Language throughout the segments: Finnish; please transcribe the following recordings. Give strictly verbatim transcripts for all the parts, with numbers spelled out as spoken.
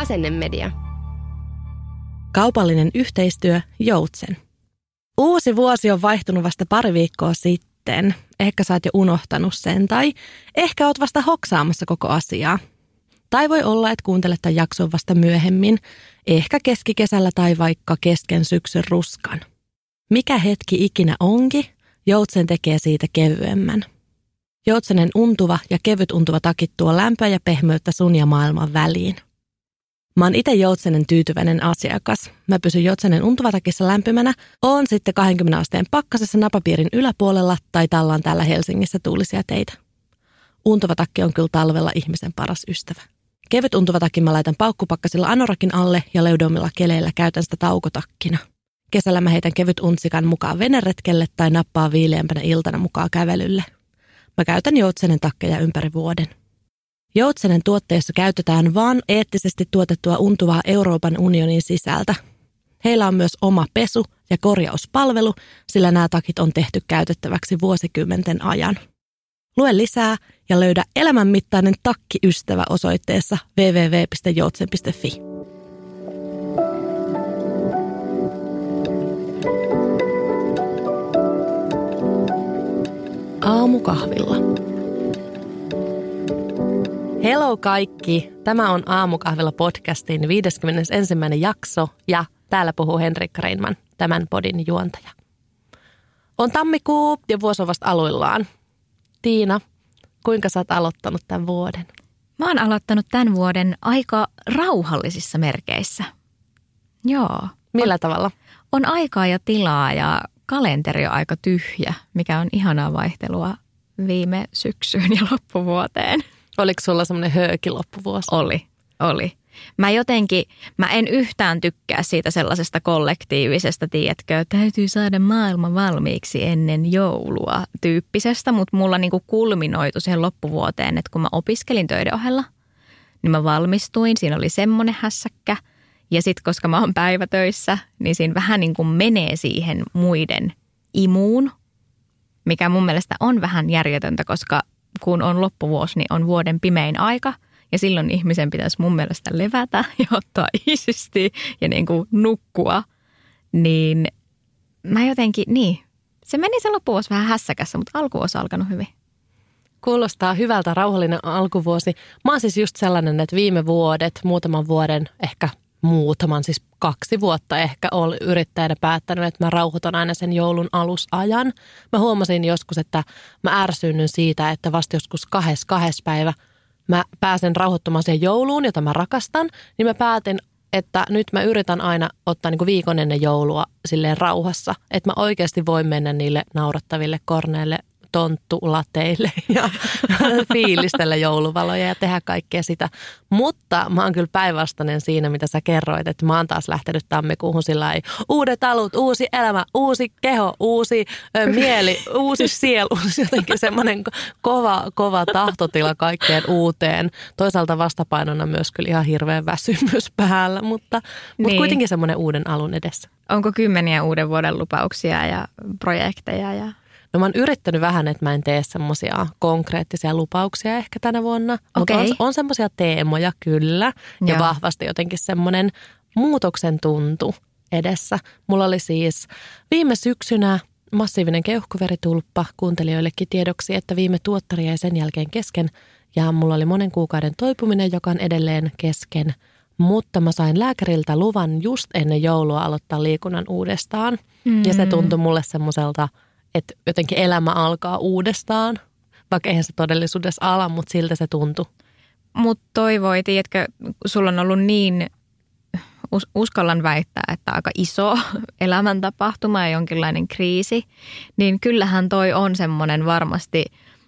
Asennemedia. Kaupallinen yhteistyö Joutsen. Uusi vuosi on vaihtunut vasta pari viikkoa sitten. Ehkä sä oot jo unohtanut sen tai ehkä oot vasta hoksaamassa koko asiaa. Tai voi olla, että kuuntelet tämän jakson vasta myöhemmin, ehkä keskikesällä tai vaikka kesken syksyn ruskan. Mikä hetki ikinä onkin, Joutsen tekee siitä kevyemmän. Joutsenen untuva ja kevyt untuva takit tuo lämpöä ja pehmeyttä sun ja maailman väliin. Mä oon itse Joutsenen tyytyväinen asiakas. Mä pysyn Joutsenen untuvatakissa lämpimänä, oon sitten kaksikymmentä asteen pakkasessa napapiirin yläpuolella tai tallaan täällä Helsingissä tuulisia teitä. Untuvatakki on kyllä talvella ihmisen paras ystävä. Kevyt untuvatakki mä laitan paukkupakkasilla anorakin alle ja leudomilla keleillä käytän sitä taukotakkina. Kesällä mä heitän kevyt untsikan mukaan veneretkelle tai nappaa viileämpänä iltana mukaan kävelylle. Mä käytän Joutsenen takkeja ympäri vuoden. Joutsenen tuotteissa käytetään vain eettisesti tuotettua untuvaa Euroopan unionin sisältä. Heillä on myös oma pesu- ja korjauspalvelu, sillä nämä takit on tehty käytettäväksi vuosikymmenten ajan. Lue lisää ja löydä elämänmittainen takkiystävä osoitteessa double-u double-u double-u piste joutsen piste fi. Aamukahvilla. Hello kaikki! Tämä on Aamukahvilla podcastin viideskymmenesensimmäinen jakso ja täällä puhuu Henrikka Reinman, tämän podin juontaja. On tammikuu ja vuosi on vasta aluillaan. Tiina, kuinka sä oot aloittanut tämän vuoden? Mä oon aloittanut tämän vuoden aika rauhallisissa merkeissä. Joo. Millä on, tavalla? On aikaa ja tilaa ja kalenteri on aika tyhjä, mikä on ihanaa vaihtelua viime syksyyn ja loppuvuoteen. Oliko sulla semmoinen hööki loppuvuosi? Oli, oli. Mä jotenkin, mä en yhtään tykkää siitä sellaisesta kollektiivisesta, tiedätkö, täytyy saada maailma valmiiksi ennen joulua tyyppisestä, mutta mulla niinku kulminoitu siihen loppuvuoteen, että kun mä opiskelin töiden ohella, niin mä valmistuin, siinä oli semmoinen hässäkkä. Ja sitten koska mä oon päivätöissä, niin siinä vähän niin kuin menee siihen muiden imuun, mikä mun mielestä on vähän järjetöntä, koska kun on loppuvuosi, niin on vuoden pimein aika. Ja silloin ihmisen pitäisi mun mielestä levätä ja ottaa iisisti ja niin kuin nukkua. Niin mä jotenkin, niin, se meni se loppuvuosi vähän hässäkässä, mutta alkuvuosi on alkanut hyvin. Kuulostaa hyvältä, rauhallinen alkuvuosi. Mä oon siis just sellainen, että viime vuodet, muutaman vuoden, ehkä muutaman, siis kaksi vuotta ehkä olen yrittäjänä päättänyt, että mä rauhoitan aina sen joulun alusajan. Mä huomasin joskus, että mä ärsyynnyn siitä, että vasta joskus kahes, kahes päivä mä pääsen rauhoittumaan siihen jouluun, jota mä rakastan, niin mä päätin, että nyt mä yritän aina ottaa niin kuin viikon ennen joulua silleen rauhassa, että mä oikeasti voin mennä niille naurattaville korneille, tonttulateille ja fiilistellä jouluvaloja ja tehdä kaikkea sitä. Mutta mä oon kyllä päinvastainen siinä, mitä sä kerroit, että mä oon taas lähtenyt tammikuuhun sillä ei uudet alut, uusi elämä, uusi keho, uusi ö, mieli, uusi sielu, jotenkin semmoinen kova, kova tahtotila kaikkeen uuteen. Toisaalta vastapainona myös kyllä ihan hirveän väsymys päällä, mutta, niin. mutta kuitenkin semmoinen uuden alun edessä. Onko kymmeniä uuden vuoden lupauksia ja projekteja ja... No mä oon yrittänyt vähän, että mä en tee semmoisia konkreettisia lupauksia ehkä tänä vuonna. Mutta okay. on, on semmoisia teemoja kyllä ja Joo. vahvasti jotenkin semmoinen muutoksen tuntu edessä. Mulla oli siis viime syksynä massiivinen keuhkoveritulppa kuuntelijoillekin tiedoksi, että viime tuottari jäi sen jälkeen kesken. Ja mulla oli monen kuukauden toipuminen, joka on edelleen kesken. Mutta mä sain lääkäriltä luvan just ennen joulua aloittaa liikunnan uudestaan. Mm. Ja se tuntui mulle semmoiselta... että jotenkin elämä alkaa uudestaan, vaikka eihän se todellisuudessa ala, mutta siltä se tuntui. Mutta toivoi, tiedätkö, sulla on ollut niin, us- uskallan väittää, että aika iso elämäntapahtuma ja jonkinlainen kriisi, niin kyllähän toi on semmoinen varmasti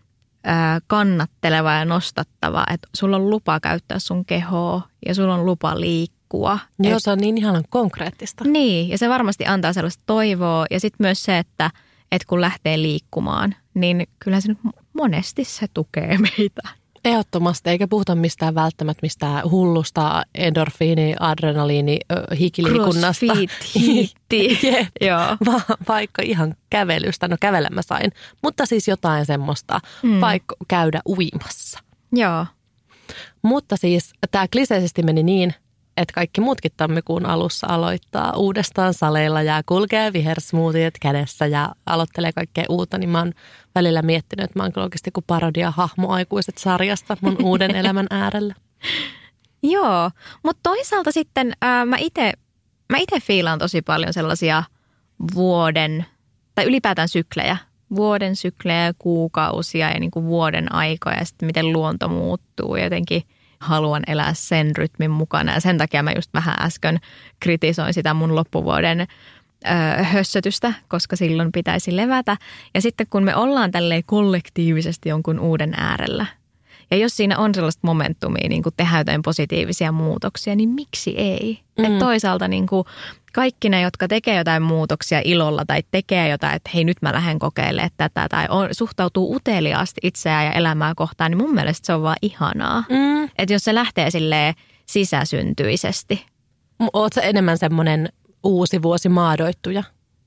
ää, kannatteleva ja nostattava, että sulla on lupa käyttää sun kehoa ja sulla on lupa liikkua. Joo, Et, se on niin ihanan konkreettista. niin, ja se varmasti antaa sellaista toivoa ja sitten myös se, että että kun lähtee liikkumaan, niin kyllä se nyt monesti se tukee meitä. Ehdottomasti, eikä puhuta mistään välttämättä mistään hullusta endorfiini, adrenaliini, hikiliikunnasta. Crossfit, hiitti. Joo. Va- vaikka ihan kävelystä, no kävellä mä sain, mutta siis jotain semmoista, mm. vaikka käydä uimassa. Joo. Mutta siis tämä kliseisesti meni niin, että kaikki muutkin tammikuun alussa aloittaa uudestaan saleilla ja kulkee vihersmoothiet kädessä ja aloittelee kaikkea uutta, niin mä oon välillä miettinyt, että mä oon kyllä oikeasti kuin parodia-hahmo aikuiset sarjasta mun uuden elämän äärellä. Joo, mutta toisaalta sitten ää, mä itse mä ite fiilaan tosi paljon sellaisia vuoden, tai ylipäätään syklejä, vuoden syklejä, kuukausia ja niin kuin vuoden aikoja ja sitten miten luonto muuttuu ja jotenkin haluan elää sen rytmin mukana ja sen takia mä just vähän äsken kritisoin sitä mun loppuvuoden öö, hössötystä, koska silloin pitäisi levätä. Ja sitten kun me ollaan tälleen kollektiivisesti jonkun uuden äärellä ja jos siinä on sellaista momentumia niin kuin tehdä jotain positiivisia muutoksia, niin miksi ei? Mm. Että toisaalta niin kuin kaikki ne, jotka tekee jotain muutoksia ilolla tai tekee jotain, että hei nyt mä lähden kokeilemaan tätä tai on, suhtautuu uteliaasti itseään ja elämää kohtaan, niin mun mielestä se on vaan ihanaa. Mm. Että jos se lähtee silleen sisäsyntyisesti. Oot sä enemmän semmoinen uusi vuosi maadoittuja?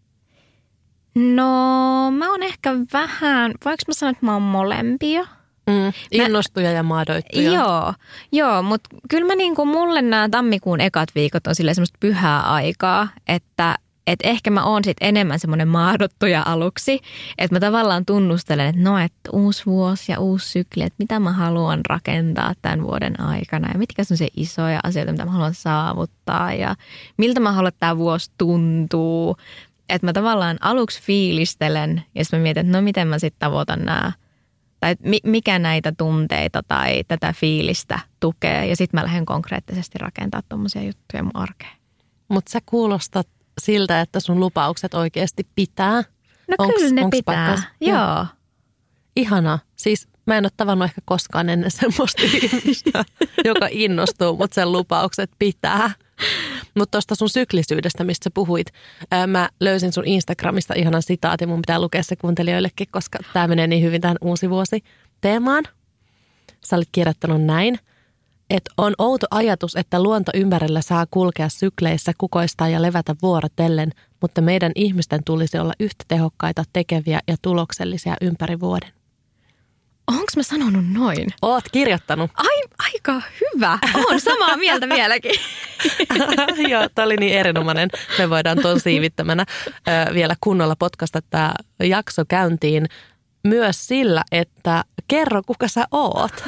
No mä oon ehkä vähän, voinko mä sanoa, että mä oon molempia? Mm, innostuja mä, ja maadoittuja. Joo, joo mutta kyllä mä niinku, mulle nämä tammikuun ekat viikot on silleen semmoista pyhää aikaa, että et ehkä mä oon sit enemmän semmoinen maadottuja aluksi, että mä tavallaan tunnustelen, että no, että uusi vuosi ja uusi sykli, että mitä mä haluan rakentaa tämän vuoden aikana ja mitkä on se isoja asioita, mitä mä haluan saavuttaa ja miltä mä haluan, että tämä vuosi tuntuu. Että mä tavallaan aluksi fiilistelen ja sitten mä mietin, että no miten mä sitten tavoitan nämä tai mikä näitä tunteita tai tätä fiilistä tukee. Ja sitten mä lähden konkreettisesti rakentamaan tommosia juttuja mun arkeen. Mutta sä kuulostat siltä, että sun lupaukset oikeasti pitää. No onks, kyllä ne pitää, paikkas? Joo. Ihanaa. Siis mä en ole tavannut ehkä koskaan ennen semmoista ihmistä, joka innostuu, mutta sen lupaukset pitää. Mutta tuosta sun syklisyydestä, mistä sä puhuit, ää, mä löysin sun Instagramista ihanan sitaatin. Mun pitää lukea se kuuntelijoillekin, koska tää menee niin hyvin tähän uusi vuosi teemaan. Sä olit kirjoittanut näin, että on outo ajatus, että luonto ympärillä saa kulkea sykleissä, kukoistaa ja levätä vuorotellen, mutta meidän ihmisten tulisi olla yhtä tehokkaita, tekeviä ja tuloksellisia ympäri vuoden. Onko mä sanonut noin? Oot kirjoittanut. Ai, aika hyvä. Oon samaa mieltä vieläkin. Joo, tää oli niin erinomainen. Me voidaan ton siivittämänä ö, vielä kunnolla podcasta tämä jakso käyntiin myös sillä, että kerro kuka sä oot.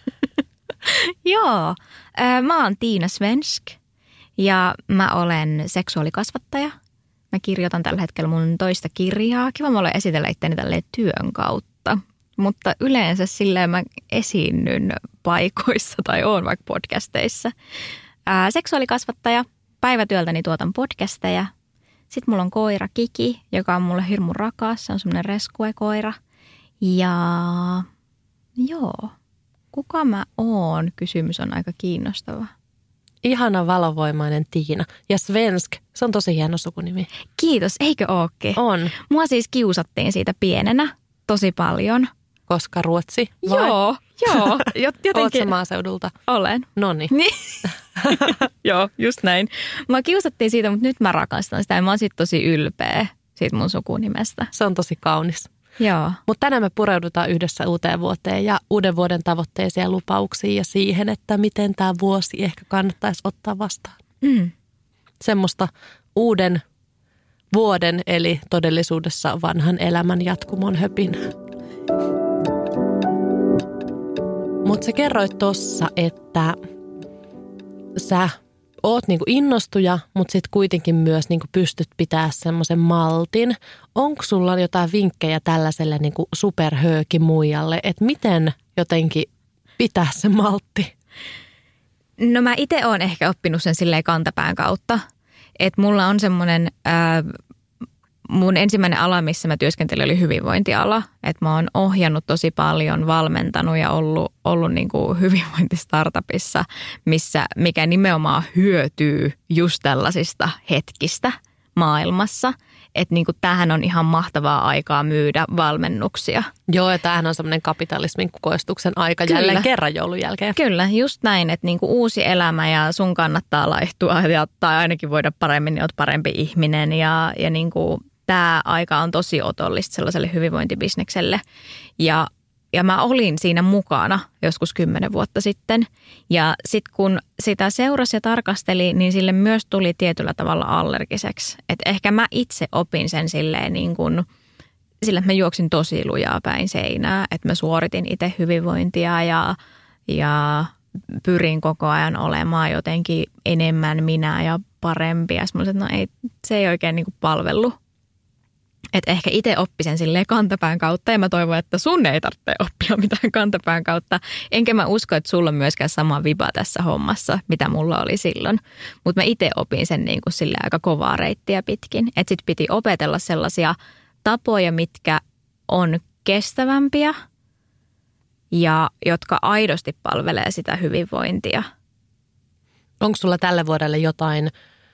Joo, mä oon Tiina Svensk ja mä olen seksuaalikasvattaja. Mä kirjoitan tällä hetkellä mun toista kirjaa. Kiva mulle esitellä itteni tälleen työn kautta. Mutta yleensä silleen mä esiinnyn paikoissa tai oon vaikka podcasteissa. Ää, seksuaalikasvattaja, päivätyöltäni tuotan podcasteja. Sitten mulla on koira Kiki, joka on mulle hirmu rakas. Se on semmoinen rescue-koira. Ja joo, kuka mä oon? Kysymys on aika kiinnostava. Ihana valovoimainen Tiina. Ja Svensk, se on tosi hieno sukunimi. Kiitos, eikö ookin? On. Mua siis kiusattiin siitä pienenä tosi paljon. Koska Ruotsi? Vai? Joo, joo. Jotenkin. Oot sä maaseudulta? Olen. Noniin. Niin. Joo, just näin. Mä kiusattiin siitä, mutta nyt mä rakastan sitä ja mä oon sit tosi ylpeä siitä mun sukunimestä. Se on tosi kaunis. Joo. Mutta tänään me pureudutaan yhdessä uuteen vuoteen ja uuden vuoden tavoitteisiin ja lupauksiin ja siihen, että miten tämä vuosi ehkä kannattaisi ottaa vastaan. Mm. Semmoista uuden vuoden eli todellisuudessa vanhan elämän jatkumon höpinää. Mutta sä kerroit tossa, että sä oot niinku innostuja, mutta sit kuitenkin myös niinku pystyt pitää semmoisen maltin. Onko sulla jotain vinkkejä tällaiselle niinku superhöökimuijalle, että miten jotenkin pitää se maltti? No mä itse oon ehkä oppinut sen silleen kantapään kautta, että mulla on semmoinen... Ää, mun ensimmäinen ala, missä mä työskentelin, oli hyvinvointiala. Että mä oon ohjannut tosi paljon, valmentanut ja ollut, ollut niin kuin hyvinvointistartupissa, missä, mikä nimenomaan hyötyy just tällaisista hetkistä maailmassa. Että niin kuin tämähän on ihan mahtavaa aikaa myydä valmennuksia. Joo, ja tämähän on semmoinen kapitalismin kukoistuksen aika Kyllä. jälleen kerran joulun jälkeen. Kyllä, just näin, että niin kuin uusi elämä ja sun kannattaa laihtua ja, tai ainakin voida paremmin, niin oot parempi ihminen ja, ja niin kuin tämä aika on tosi otollista sellaiselle hyvinvointibisnekselle. Ja ja mä olin siinä mukana joskus kymmenen vuotta sitten. Ja sitten kun sitä seurasi ja tarkasteli, niin sille myös tuli tietyllä tavalla allergiseksi. Että ehkä mä itse opin sen silleen niin kuin, sillä että mä juoksin tosi lujaa päin seinää. Että mä suoritin itse hyvinvointia ja, ja pyrin koko ajan olemaan jotenkin enemmän minä ja parempi. Ja sitten no ei, se ei oikein niin kuin palvellut. Että ehkä itse oppisen silleen kantapään kautta ja mä toivon, että sun ei tarvitse oppia mitään kantapään kautta. Enkä mä usko, että sulla on myöskään sama viba tässä hommassa, mitä mulla oli silloin. Mutta mä itse opin sen niin kuin silleen aika kovaa reittiä pitkin. Että sit piti opetella sellaisia tapoja, mitkä on kestävämpiä ja jotka aidosti palvelee sitä hyvinvointia. Onko sulla tälle vuodelle jotain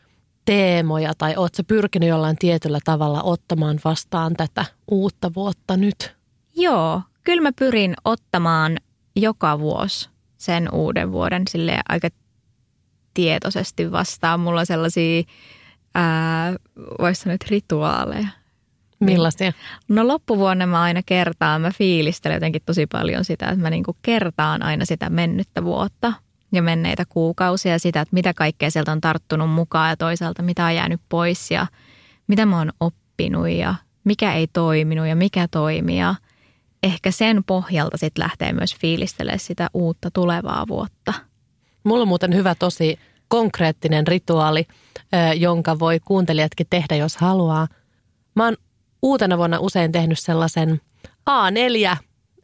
teemoja tai ootko sä pyrkinyt jollain tietyllä tavalla ottamaan vastaan tätä uutta vuotta nyt? Joo, kyllä mä pyrin ottamaan joka vuosi sen uuden vuoden silleen aika tietoisesti vastaan. Mulla on sellaisia, ää, voisi sanoa, rituaaleja. Millaisia? No loppuvuonna mä aina kertaan, mä fiilistelen jotenkin tosi paljon sitä, että mä niinku kertaan aina sitä mennyttä vuotta ja menneitä kuukausia, sitä, että mitä kaikkea sieltä on tarttunut mukaan ja toisaalta mitä on jäänyt pois ja mitä mä oon oppinut ja mikä ei toiminut ja mikä toimii. Ja ehkä sen pohjalta sitten lähtee myös fiilistelemään sitä uutta tulevaa vuotta. Mulla on muuten hyvä tosi konkreettinen rituaali, jonka voi kuuntelijatkin tehdä, jos haluaa. Mä oon uutena vuonna usein tehnyt sellaisen A neljä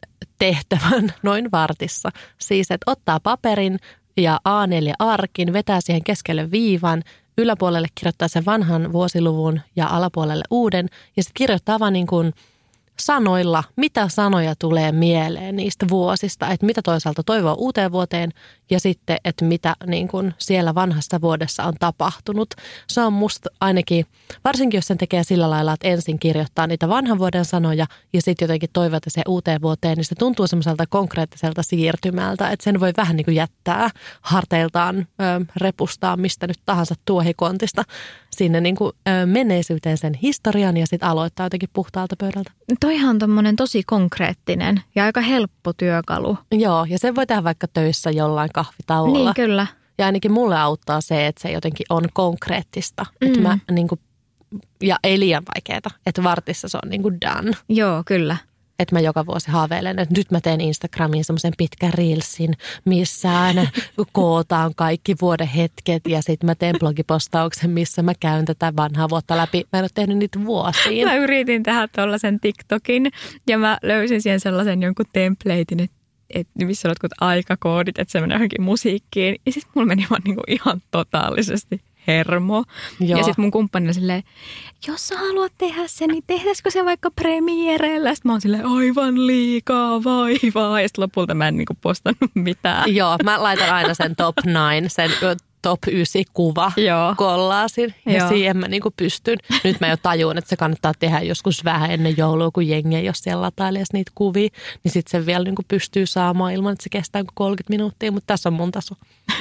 tehtävän noin vartissa. Siis, että ottaa paperin ja A neljä arkin, vetää siihen keskelle viivan, yläpuolelle kirjoittaa sen vanhan vuosiluvun ja alapuolelle uuden. Ja sitten kirjoittaa vaan niin kuin sanoilla, mitä sanoja tulee mieleen niistä vuosista, että mitä toisaalta toivoo uuteen vuoteen ja sitten, että mitä niin kuin siellä vanhassa vuodessa on tapahtunut. Se on musta ainakin, varsinkin jos sen tekee sillä lailla, että ensin kirjoittaa niitä vanhan vuoden sanoja ja sitten jotenkin toivota se uuteen vuoteen, niin se tuntuu semmoiselta konkreettiselta siirtymältä, että sen voi vähän niin kuin jättää harteiltaan, ö, repustaa mistä nyt tahansa tuohikontista sinne niin kuin, ö, menneisyyteen sen historian ja sitten aloittaa jotenkin puhtaalta pöydältä. Toihan on tommonen tosi konkreettinen ja aika helppo työkalu. Joo, ja sen voi tehdä vaikka töissä jollain kahvitauolla. Niin, kyllä. Ja ainakin mulle auttaa se, että se jotenkin on konkreettista. Mm. Että mä, niin kuin, ja ei liian vaikeeta, että vartissa se on niin kuin done. Joo, kyllä. Että mä joka vuosi haaveilen, että nyt mä teen Instagramiin semmoisen pitkän reelsin, missä aina kootaan kaikki vuoden hetket. Ja sitten mä teen blogipostauksen, missä mä käyn tätä vanhaa vuotta läpi. Mä en ole tehnyt niitä vuosiin. Mä yritin tehdä tuollaisen TikTokin ja mä löysin siihen sellaisen jonkun templatein, että et, missä on jotkut aikakoodit, että se menee johonkin musiikkiin. Ja sitten mulla meni vaan niinku ihan totaalisesti hermo. Joo. Ja sitten mun kumppani oli silleen, jos sä haluat tehdä sen, niin tehdäisikö se vaikka premierellä? Sitten mä oon silleen, aivan liikaa vaivaa. Ja sitten lopulta mä en niinku postannut mitään. Joo, mä laitan aina sen top nine, sen top yhdeksän kuva kollaasin. Ja Joo. siihen mä niinku pystyn. Nyt mä jo tajuun, että se kannattaa tehdä joskus vähän ennen joulua, kun jengi jos siellä latailisi niitä kuvia. Niin sitten se vielä niinku pystyy saamaan ilman, että se kestää kolmekymmentä minuuttia. Mutta tässä on mun taso.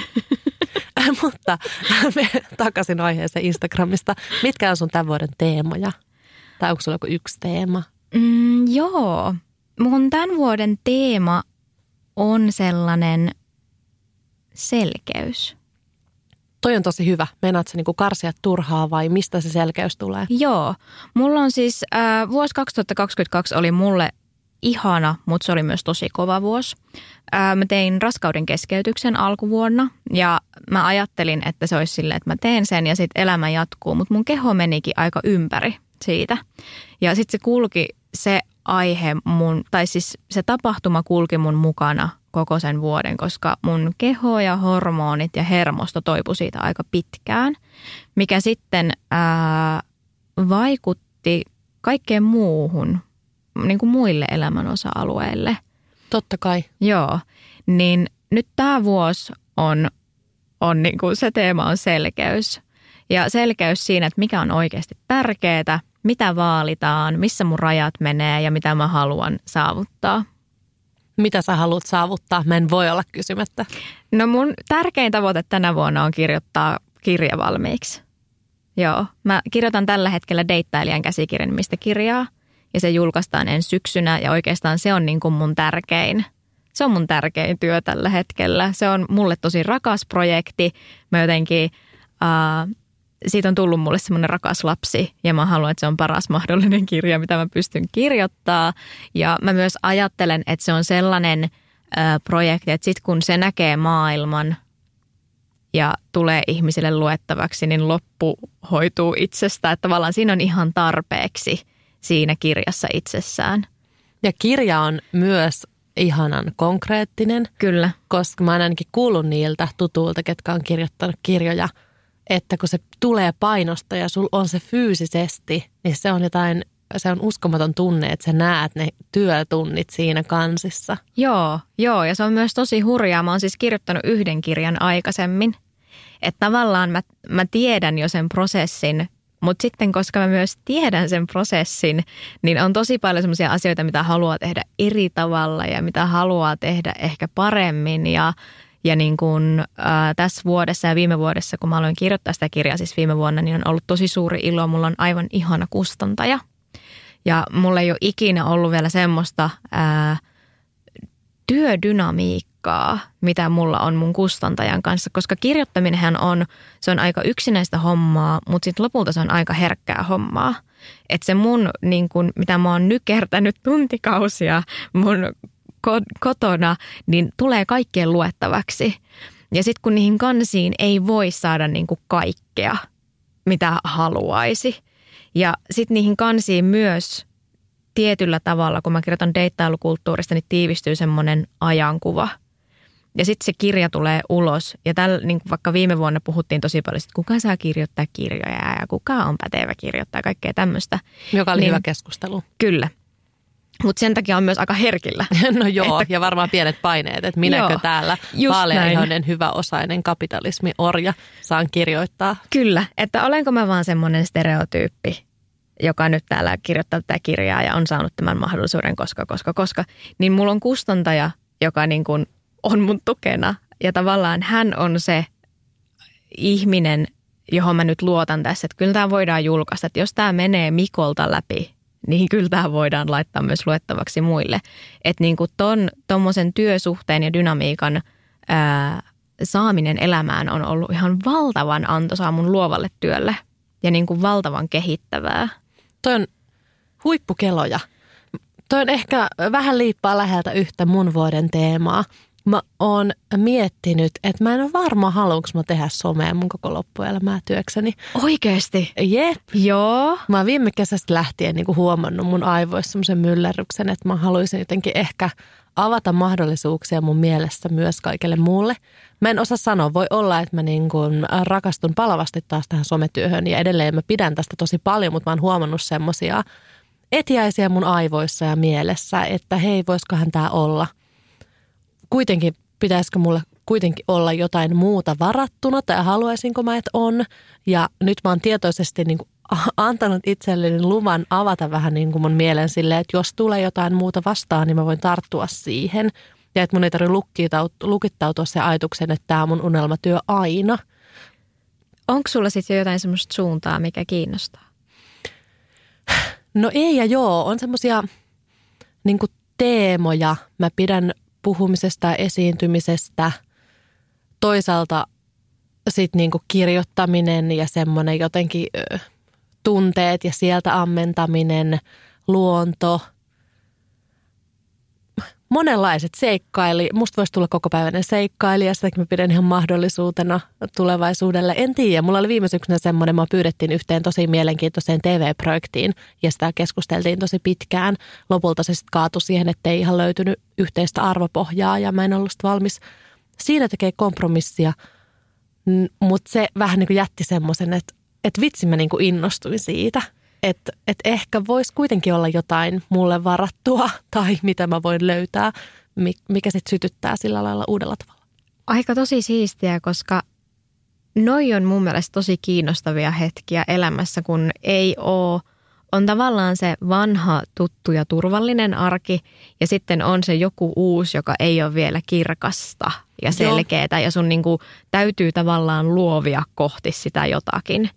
Mutta me takaisin aiheeseen Instagramista. Mitkä on sun tämän vuoden teemoja? Tai onko sulla joku yksi teema? Mm, joo. Mun tämän vuoden teema on sellainen selkeys. Toi on tosi hyvä. Meinaat sä niinku karsia turhaa vai mistä se selkeys tulee? Joo. Mulla on siis, äh, vuosi kaksituhattakaksikymmentäkaksi oli mulle ihana, mutta se oli myös tosi kova vuosi. Ää, mä tein raskauden keskeytyksen alkuvuonna ja mä ajattelin, että se olisi silleen, että mä teen sen ja sitten elämä jatkuu, mutta mun keho menikin aika ympäri siitä. Ja sitten se kulki se aihe mun, tai siis se tapahtuma kulki mun mukana koko sen vuoden, koska mun keho ja hormonit ja hermosto toipui siitä aika pitkään, mikä sitten ää, vaikutti kaikkeen muuhun, niin kuin muille elämän osa-alueille. Totta kai. Joo, niin nyt tämä vuosi on, on niin kuin se teema on selkeys. Ja selkeys siinä, että mikä on oikeasti tärkeää, mitä vaalitaan, missä mun rajat menee ja mitä mä haluan saavuttaa. Mitä sä haluat saavuttaa? Mä en voi olla kysymättä. No mun tärkein tavoite tänä vuonna on kirjoittaa kirja valmiiksi. Joo, mä kirjoitan tällä hetkellä deittailijan käsikirjan nimistä kirjaa. ja se julkaistaan ensi syksynä ja oikeastaan se on niin kuin mun tärkein. Se on mun tärkein työ tällä hetkellä. Se on mulle tosi rakas projekti. Mä jotenkin, uh, siitä on tullut mulle semmoinen rakas lapsi ja mä haluan, että se on paras mahdollinen kirja, mitä mä pystyn kirjoittaa. Ja mä myös ajattelen, että se on sellainen uh, projekti, että sit kun se näkee maailman ja tulee ihmisille luettavaksi, niin loppu hoituu itsestä. Että tavallaan siinä on ihan tarpeeksi siinä kirjassa itsessään. Ja kirja on myös ihanan konkreettinen. Kyllä. Koska mä oon ainakin kuullut niiltä tutuilta, ketkä on kirjoittanut kirjoja, että kun se tulee painosta ja sul on se fyysisesti, niin se on jotain, se on uskomaton tunne, että sä näet ne työtunnit siinä kansissa. Joo, joo, ja se on myös tosi hurjaa. Mä oon siis kirjoittanut yhden kirjan aikaisemmin. Että tavallaan mä, mä tiedän jo sen prosessin, mutta sitten koska mä myös tiedän sen prosessin, niin on tosi paljon semmoisia asioita, mitä haluaa tehdä eri tavalla ja mitä haluaa tehdä ehkä paremmin. Ja, ja niin kuin ää, tässä vuodessa ja viime vuodessa, kun mä aloin kirjoittaa sitä kirjaa siis viime vuonna, niin on ollut tosi suuri ilo. Mulla on aivan ihana kustantaja ja mulla ei ole ikinä ollut vielä semmoista ää, työdynamiikkaa, mitä mulla on mun kustantajan kanssa, koska kirjoittaminenhän on, se on aika yksinäistä hommaa, mutta sitten lopulta se on aika herkkää hommaa. Että se mun, niin kun, mitä mä oon nykertänyt tuntikausia mun kotona, niin tulee kaikkien luettavaksi. Ja sitten kun niihin kansiin ei voi saada niin kuin kaikkea, mitä haluaisi. Ja sitten niihin kansiin myös tietyllä tavalla, kun mä kirjoitan deittailukulttuurista, niin tiivistyy semmoinen ajankuva. Ja sitten se kirja tulee ulos. Ja tällä, niin kuin vaikka viime vuonna puhuttiin tosi paljon, että kuka saa kirjoittaa kirjoja ja kuka on pätevä kirjoittaa ja kaikkea tämmöistä. Joka oli niin, hyvä keskustelu. Kyllä. Mutta sen takia on myös aika herkillä. No joo, että, ja varmaan pienet paineet, että minäkö joo, täällä vaaleaihoinen hyväosainen kapitalismi orja saan kirjoittaa. Kyllä, että olenko mä vaan semmoinen stereotyyppi, joka nyt täällä kirjoittaa tätä kirjaa ja on saanut tämän mahdollisuuden koska, koska, koska. Niin mulla on kustantaja, joka niin kuin on mun tukena ja tavallaan hän on se ihminen, johon mä nyt luotan tässä, että kyllä tämä voidaan julkaista. Että jos tämä menee Mikolta läpi, niin kyllä tämä voidaan laittaa myös luettavaksi muille. Että niin kuin ton, tommosen työsuhteen ja dynamiikan ää, saaminen elämään on ollut ihan valtavan antoisaa mun luovalle työlle ja niin kuin valtavan kehittävää. Toi on huippukeloja. Toi on ehkä vähän liippaa läheltä yhtä mun vuoden teemaa. Mä oon miettinyt, että mä en ole varma, haluanko mä tehdä somea mun koko loppuelämää työkseni. Oikeesti? Jep. Joo. Mä oon viime kesästä lähtien niin kuin huomannut mun aivoissa semmoisen myllerryksen, että mä haluaisin jotenkin ehkä avata mahdollisuuksia mun mielessä myös kaikille muulle. Mä en osaa sanoa, voi olla, että mä niin kuin rakastun palavasti taas tähän sometyöhön ja edelleen mä pidän tästä tosi paljon, mutta mä oon huomannut semmoisia etiäisiä mun aivoissa ja mielessä, että hei, voisikohan tää olla. Kuitenkin pitäisikö mulle kuitenkin olla jotain muuta varattuna tai haluaisinko mä, että on. Ja nyt mä oon tietoisesti niin kuin antanut itselleni luvan avata vähän niin kuin mun mielen silleen, että jos tulee jotain muuta vastaan, niin mä voin tarttua siihen. Ja että mun ei tarvitse lukittautua se ajatuksen, että tää on mun unelmatyö aina. Onko sulla sitten jo jotain semmoista suuntaa, mikä kiinnostaa? No ei ja joo, on semmoisia niin kuin teemoja. Mä pidän puhumisesta ja esiintymisestä. Toisaalta sitten niin kuin kirjoittaminen ja semmoinen jotenkin ö, tunteet ja sieltä ammentaminen, luonto. Monenlaiset seikkaili. Musta voisi tulla kokopäiväinen seikkailija, sitäkin mä pidän ihan mahdollisuutena tulevaisuudelle. En tiedä, mulla oli viime syksynä semmoinen, mä pyydettiin yhteen tosi mielenkiintoiseen T V-projektiin ja sitä keskusteltiin tosi pitkään. Lopulta se sitten kaatui siihen, että ei ihan löytynyt yhteistä arvopohjaa ja mä en ollut valmis siinä tekee kompromissia, mutta se vähän niin kuin jätti semmoisen, että, että vitsi mä niin kuin innostuin siitä. Että et ehkä voisi kuitenkin olla jotain mulle varattua tai mitä mä voin löytää, mikä sitten sytyttää sillä lailla uudella tavalla. Aika tosi siistiä, koska noi on mun mielestä tosi kiinnostavia hetkiä elämässä, kun ei ole, on tavallaan se vanha, tuttu ja turvallinen arki ja sitten on se joku uusi, joka ei ole vielä kirkasta ja selkeätä ja sun niinku täytyy tavallaan luovia kohti sitä jotakin.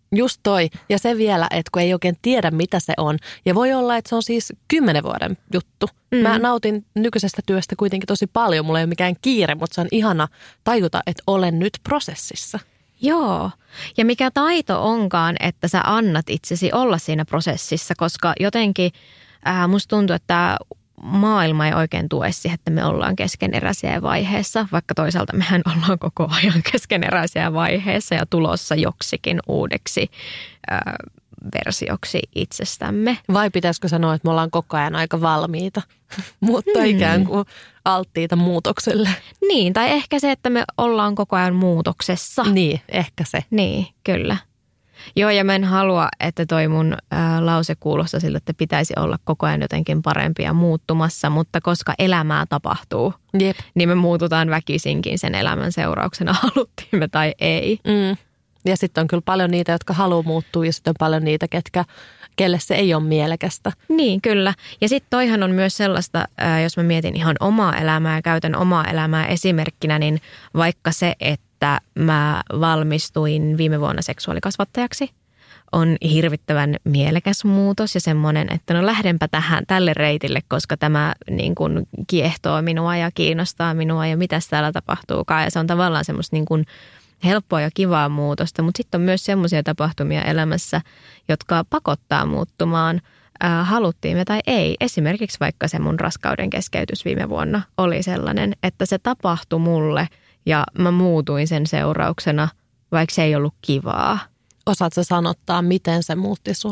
Just toi. Ja se vielä, että kun ei oikein tiedä, mitä se on. Ja voi olla, että se on siis kymmenen vuoden juttu. Mm. Mä nautin nykyisestä työstä kuitenkin tosi paljon. Mulla ei ole mikään kiire, mutta se on ihana tajuta, että olen nyt prosessissa. Joo. Ja mikä taito onkaan, että sä annat itsesi olla siinä prosessissa, koska jotenkin äh, musta tuntuu, että maailma ei oikein tue siihen, että me ollaan keskeneräisiä vaiheessa, vaikka toisaalta mehän ollaan koko ajan keskeneräisiä vaiheessa ja tulossa joksikin uudeksi äh, versioksi itsestämme. Vai pitäisikö sanoa, että me ollaan koko ajan aika valmiita, mutta hmm. ikään kuin alttiita muutokselle? Niin, tai ehkä se, että me ollaan koko ajan muutoksessa. Niin, ehkä se. Niin, kyllä. Joo, ja mä en halua, että toi mun ä, lause kuulostaa siltä, että pitäisi olla koko ajan jotenkin parempia muuttumassa, mutta koska elämää tapahtuu, Jep. niin me muututaan väkisinkin sen elämän seurauksena, haluttiin me tai ei. Mm. Ja sitten on kyllä paljon niitä, jotka haluaa muuttua ja sitten on paljon niitä, ketkä, kelle se ei ole mielekästä. Niin, kyllä. Ja sitten toihan on myös sellaista, ä, jos mä mietin ihan omaa elämää ja käytän omaa elämää esimerkkinä, niin vaikka se, että että mä valmistuin viime vuonna seksuaalikasvattajaksi, on hirvittävän mielekäs muutos ja semmoinen, että no lähdenpä tähän, tälle reitille, koska tämä niin kuin kiehtoo minua ja kiinnostaa minua ja mitäs täällä tapahtuukaan. Ja se on tavallaan semmoista niin kuin helppoa ja kivaa muutosta, mutta sitten on myös semmoisia tapahtumia elämässä, jotka pakottaa muuttumaan, äh, haluttiin me tai ei. Esimerkiksi vaikka se mun raskauden keskeytys viime vuonna oli sellainen, että se tapahtui mulle ja mä muutuin sen seurauksena, vaikka se ei ollut kivaa. Osaatko sanottaa, miten se muutti sua?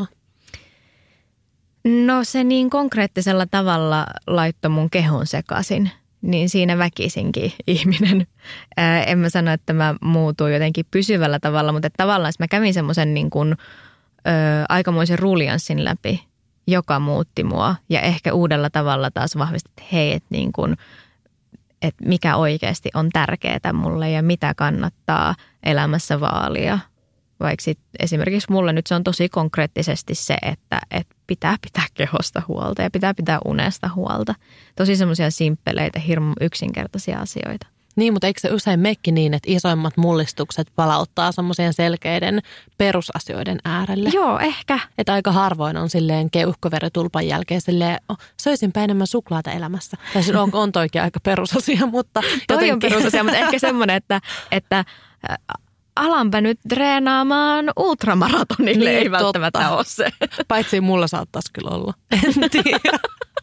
No se niin konkreettisella tavalla laittoi mun kehon sekaisin, niin siinä väkisinkin ihminen. Ää, en mä sano, että mä muutuin jotenkin pysyvällä tavalla, mutta tavallaan mä kävin semmoisen niin kuin, ö, aikamoisen ruljanssin läpi, joka muutti mua. Ja ehkä uudella tavalla taas vahvisti, että hei, että niin kuin, että mikä oikeasti on tärkeää mulle ja mitä kannattaa elämässä vaalia. Vaikka sit esimerkiksi mulle nyt se on tosi konkreettisesti se, että, että pitää pitää kehosta huolta ja pitää pitää unesta huolta. Tosi semmoisia simppeleitä, hirmu yksinkertaisia asioita. Niin, mutta eikö se usein meikki niin, että isoimmat mullistukset palauttaa semmoisien selkeiden perusasioiden äärelle? Joo, ehkä. Että aika harvoin on silleen keuhkoveritulpan jälkeen silleen, oh, söisinpä enemmän suklaata elämässä. Tai siis on, on toikin aika perusasia, mutta toi jotenkin. On perusasia, mutta ehkä semmoinen, että, että alanpä nyt treenaamaan ultramaratonille, niin, ei välttämättä totta. Ole se. Paitsi mulla saattaisi kyllä olla. En tiedä.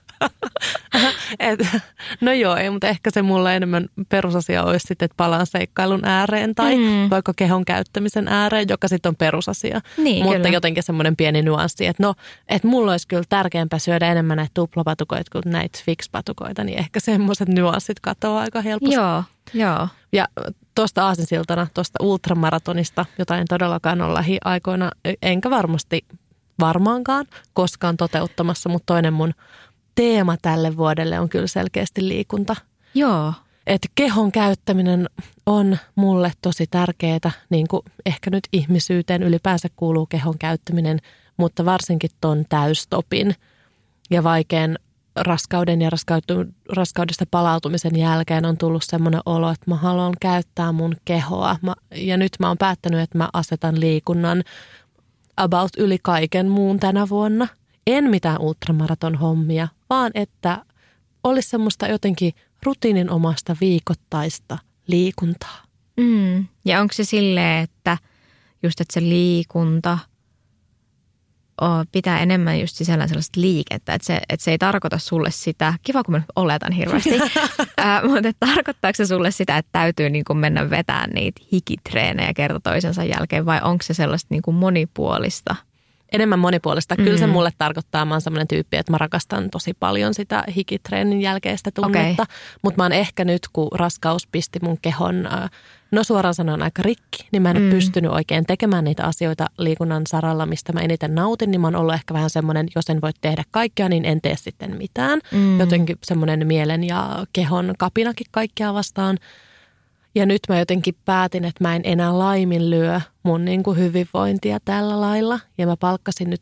Et, no joo, ei, mutta ehkä se mulla enemmän perusasia olisi sitten, että palaan seikkailun ääreen tai mm. vaikka kehon käyttämisen ääreen, joka sitten on perusasia. Niin, mutta kyllä. Jotenkin semmoinen pieni nuanssi, että no, että mulla olisi kyllä tärkeämpää syödä enemmän näitä tuplapatukoita kuin näitä fix-patukoita, niin ehkä semmoiset nuanssit katoaa aika helposti. Joo, joo. Ja tuosta aasinsiltana, tuosta ultramaratonista, jota en todellakaan ole lähiaikoina, enkä varmasti varmaankaan koskaan toteuttamassa, mutta toinen mun teema tälle vuodelle on kyllä selkeästi liikunta. Joo. Että kehon käyttäminen on mulle tosi tärkeää, niin kuin ehkä nyt ihmisyyteen ylipäänsä kuuluu kehon käyttäminen, mutta varsinkin ton täystopin ja vaikean raskauden ja raskaudesta palautumisen jälkeen on tullut semmoinen olo, että mä haluan käyttää mun kehoa. Mä, ja nyt mä oon päättänyt, että mä asetan liikunnan about yli kaiken muun tänä vuonna. En mitään ultramaraton hommia, vaan että olisi semmoista jotenkin rutiininomaista viikoittaista liikuntaa. Mm. Ja onko se silleen, että just että se liikunta oh, pitää enemmän just sisällään sellaista liikettä, että se, että se ei tarkoita sulle sitä, kiva kun mä nyt oletan hirveästi, äh, mutta tarkoittaako se sulle sitä, että täytyy niin kuin mennä vetämään niitä hikitreenejä kerta toisensa jälkeen vai onko se sellaista niin kuin monipuolista? Enemmän monipuolista. Kyllä se mulle tarkoittaa, mä oon semmoinen tyyppi, että mä rakastan tosi paljon sitä hikitreenin jälkeistä tunnetta. Okay. Mutta mä oon ehkä nyt, kun raskaus pisti mun kehon, no suoraan sanoen aika rikki, niin mä en mm. ole pystynyt oikein tekemään niitä asioita liikunnan saralla, mistä mä eniten nautin. Niin mä oon ollut ehkä vähän semmoinen, jos en voi tehdä kaikkea, niin en tee sitten mitään. Mm. Jotenkin semmoinen mielen ja kehon kapinakin kaikkea vastaan. Ja nyt mä jotenkin päätin, että mä en enää laiminlyö mun niin kuin hyvinvointia tällä lailla. Ja mä palkkasin nyt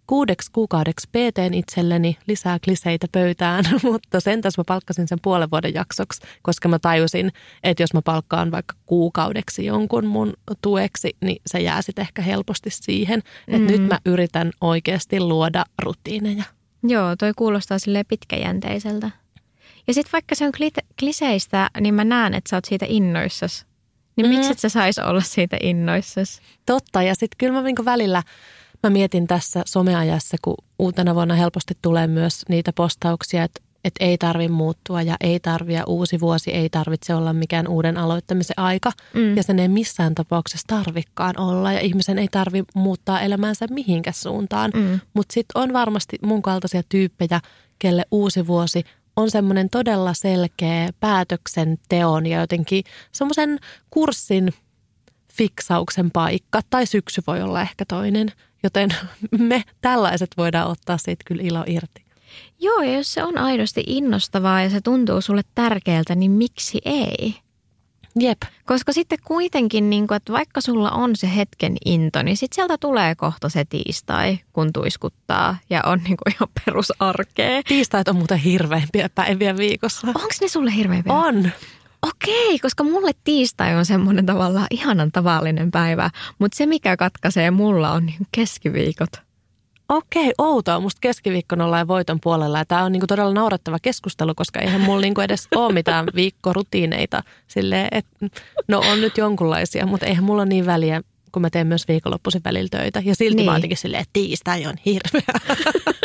kuudeksi kuukaudeksi P T:n itselleni, lisää kliseitä pöytään, mutta sentäs mä palkkasin sen puolen vuoden jaksoksi, koska mä tajusin, että jos mä palkkaan vaikka kuukaudeksi jonkun mun tueksi, niin se jää sitten ehkä helposti siihen, että mm. nyt mä yritän oikeasti luoda rutiineja. Joo, toi kuulostaa silleen pitkäjänteiseltä. Ja sitten vaikka se on kliseistä, niin mä näen, että sä oot siitä innoissasi. Niin mm. miksi et sä sais olla siitä innoissasi? Totta, ja sitten kyllä mä niin välillä, mä mietin tässä someajassa, kun uutena vuonna helposti tulee myös niitä postauksia, että, että ei tarvitse muuttua ja ei tarvitse, uusi vuosi ei tarvitse olla mikään uuden aloittamisen aika. Mm. Ja sen ei missään tapauksessa tarvikaan olla ja ihmisen ei tarvitse muuttaa elämäänsä mihinkään suuntaan. Mm. Mutta sitten on varmasti mun kaltaisia tyyppejä, kelle uusi vuosi on semmoinen todella selkeä päätöksenteon ja jotenkin semmoisen kurssin fiksauksen paikka. Tai syksy voi olla ehkä toinen, joten me tällaiset voidaan ottaa siitä kyllä ilo irti. Joo, ja jos se on aidosti innostavaa ja se tuntuu sulle tärkeältä, niin miksi ei? Jep. Koska sitten kuitenkin, niin kun, että vaikka sulla on se hetken into, niin sitten sieltä tulee kohta se tiistai, kun tuiskuttaa ja on niin kuin ihan perusarkea. Tiistait on muuten hirveimpiä päiviä viikossa. Onko ne sulle hirveimpiä? On. Okei, koska mulle tiistai on semmoinen tavallaan ihanan tavallinen päivä, mutta se mikä katkaisee mulla on niin keskiviikot. Okei, outoa. Musta keskiviikkona ollaan voiton puolella ja tämä on niinku todella naurettava keskustelu, koska eihän mulla niinku edes ole mitään viikkorutiineita. Silleen, että no on nyt jonkunlaisia, mutta eihän mulla ole niin väliä, kun mä teen myös viikonloppuisin välillä töitä. Ja silti niin. Mä oon jotenkin silleen, että tiistai on hirveä.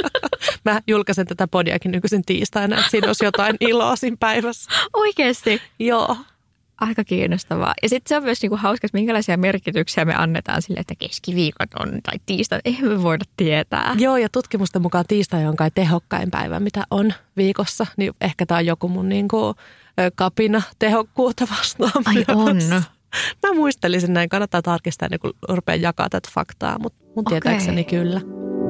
Mä julkaisen tätä podiakin nykyisin tiistaina, että siinä olisi jotain iloa siinä päivässä. Oikeasti? Joo. Aika kiinnostavaa. Ja sitten se on myös niinku hauska, että minkälaisia merkityksiä me annetaan sille, että keskiviikot on tai tiistai. Eihän me voida tietää. Joo, ja tutkimusten mukaan tiistai on kai tehokkain päivä, mitä on viikossa. Niin ehkä tämä on joku mun niinku kapina tehokkuutta vastaan. Ai myös. on. Mä muistelisin näin. Kannattaa tarkistaa ennen kuin rupeaa jakaa tätä faktaa, mutta mun Okei. tietääkseni kyllä.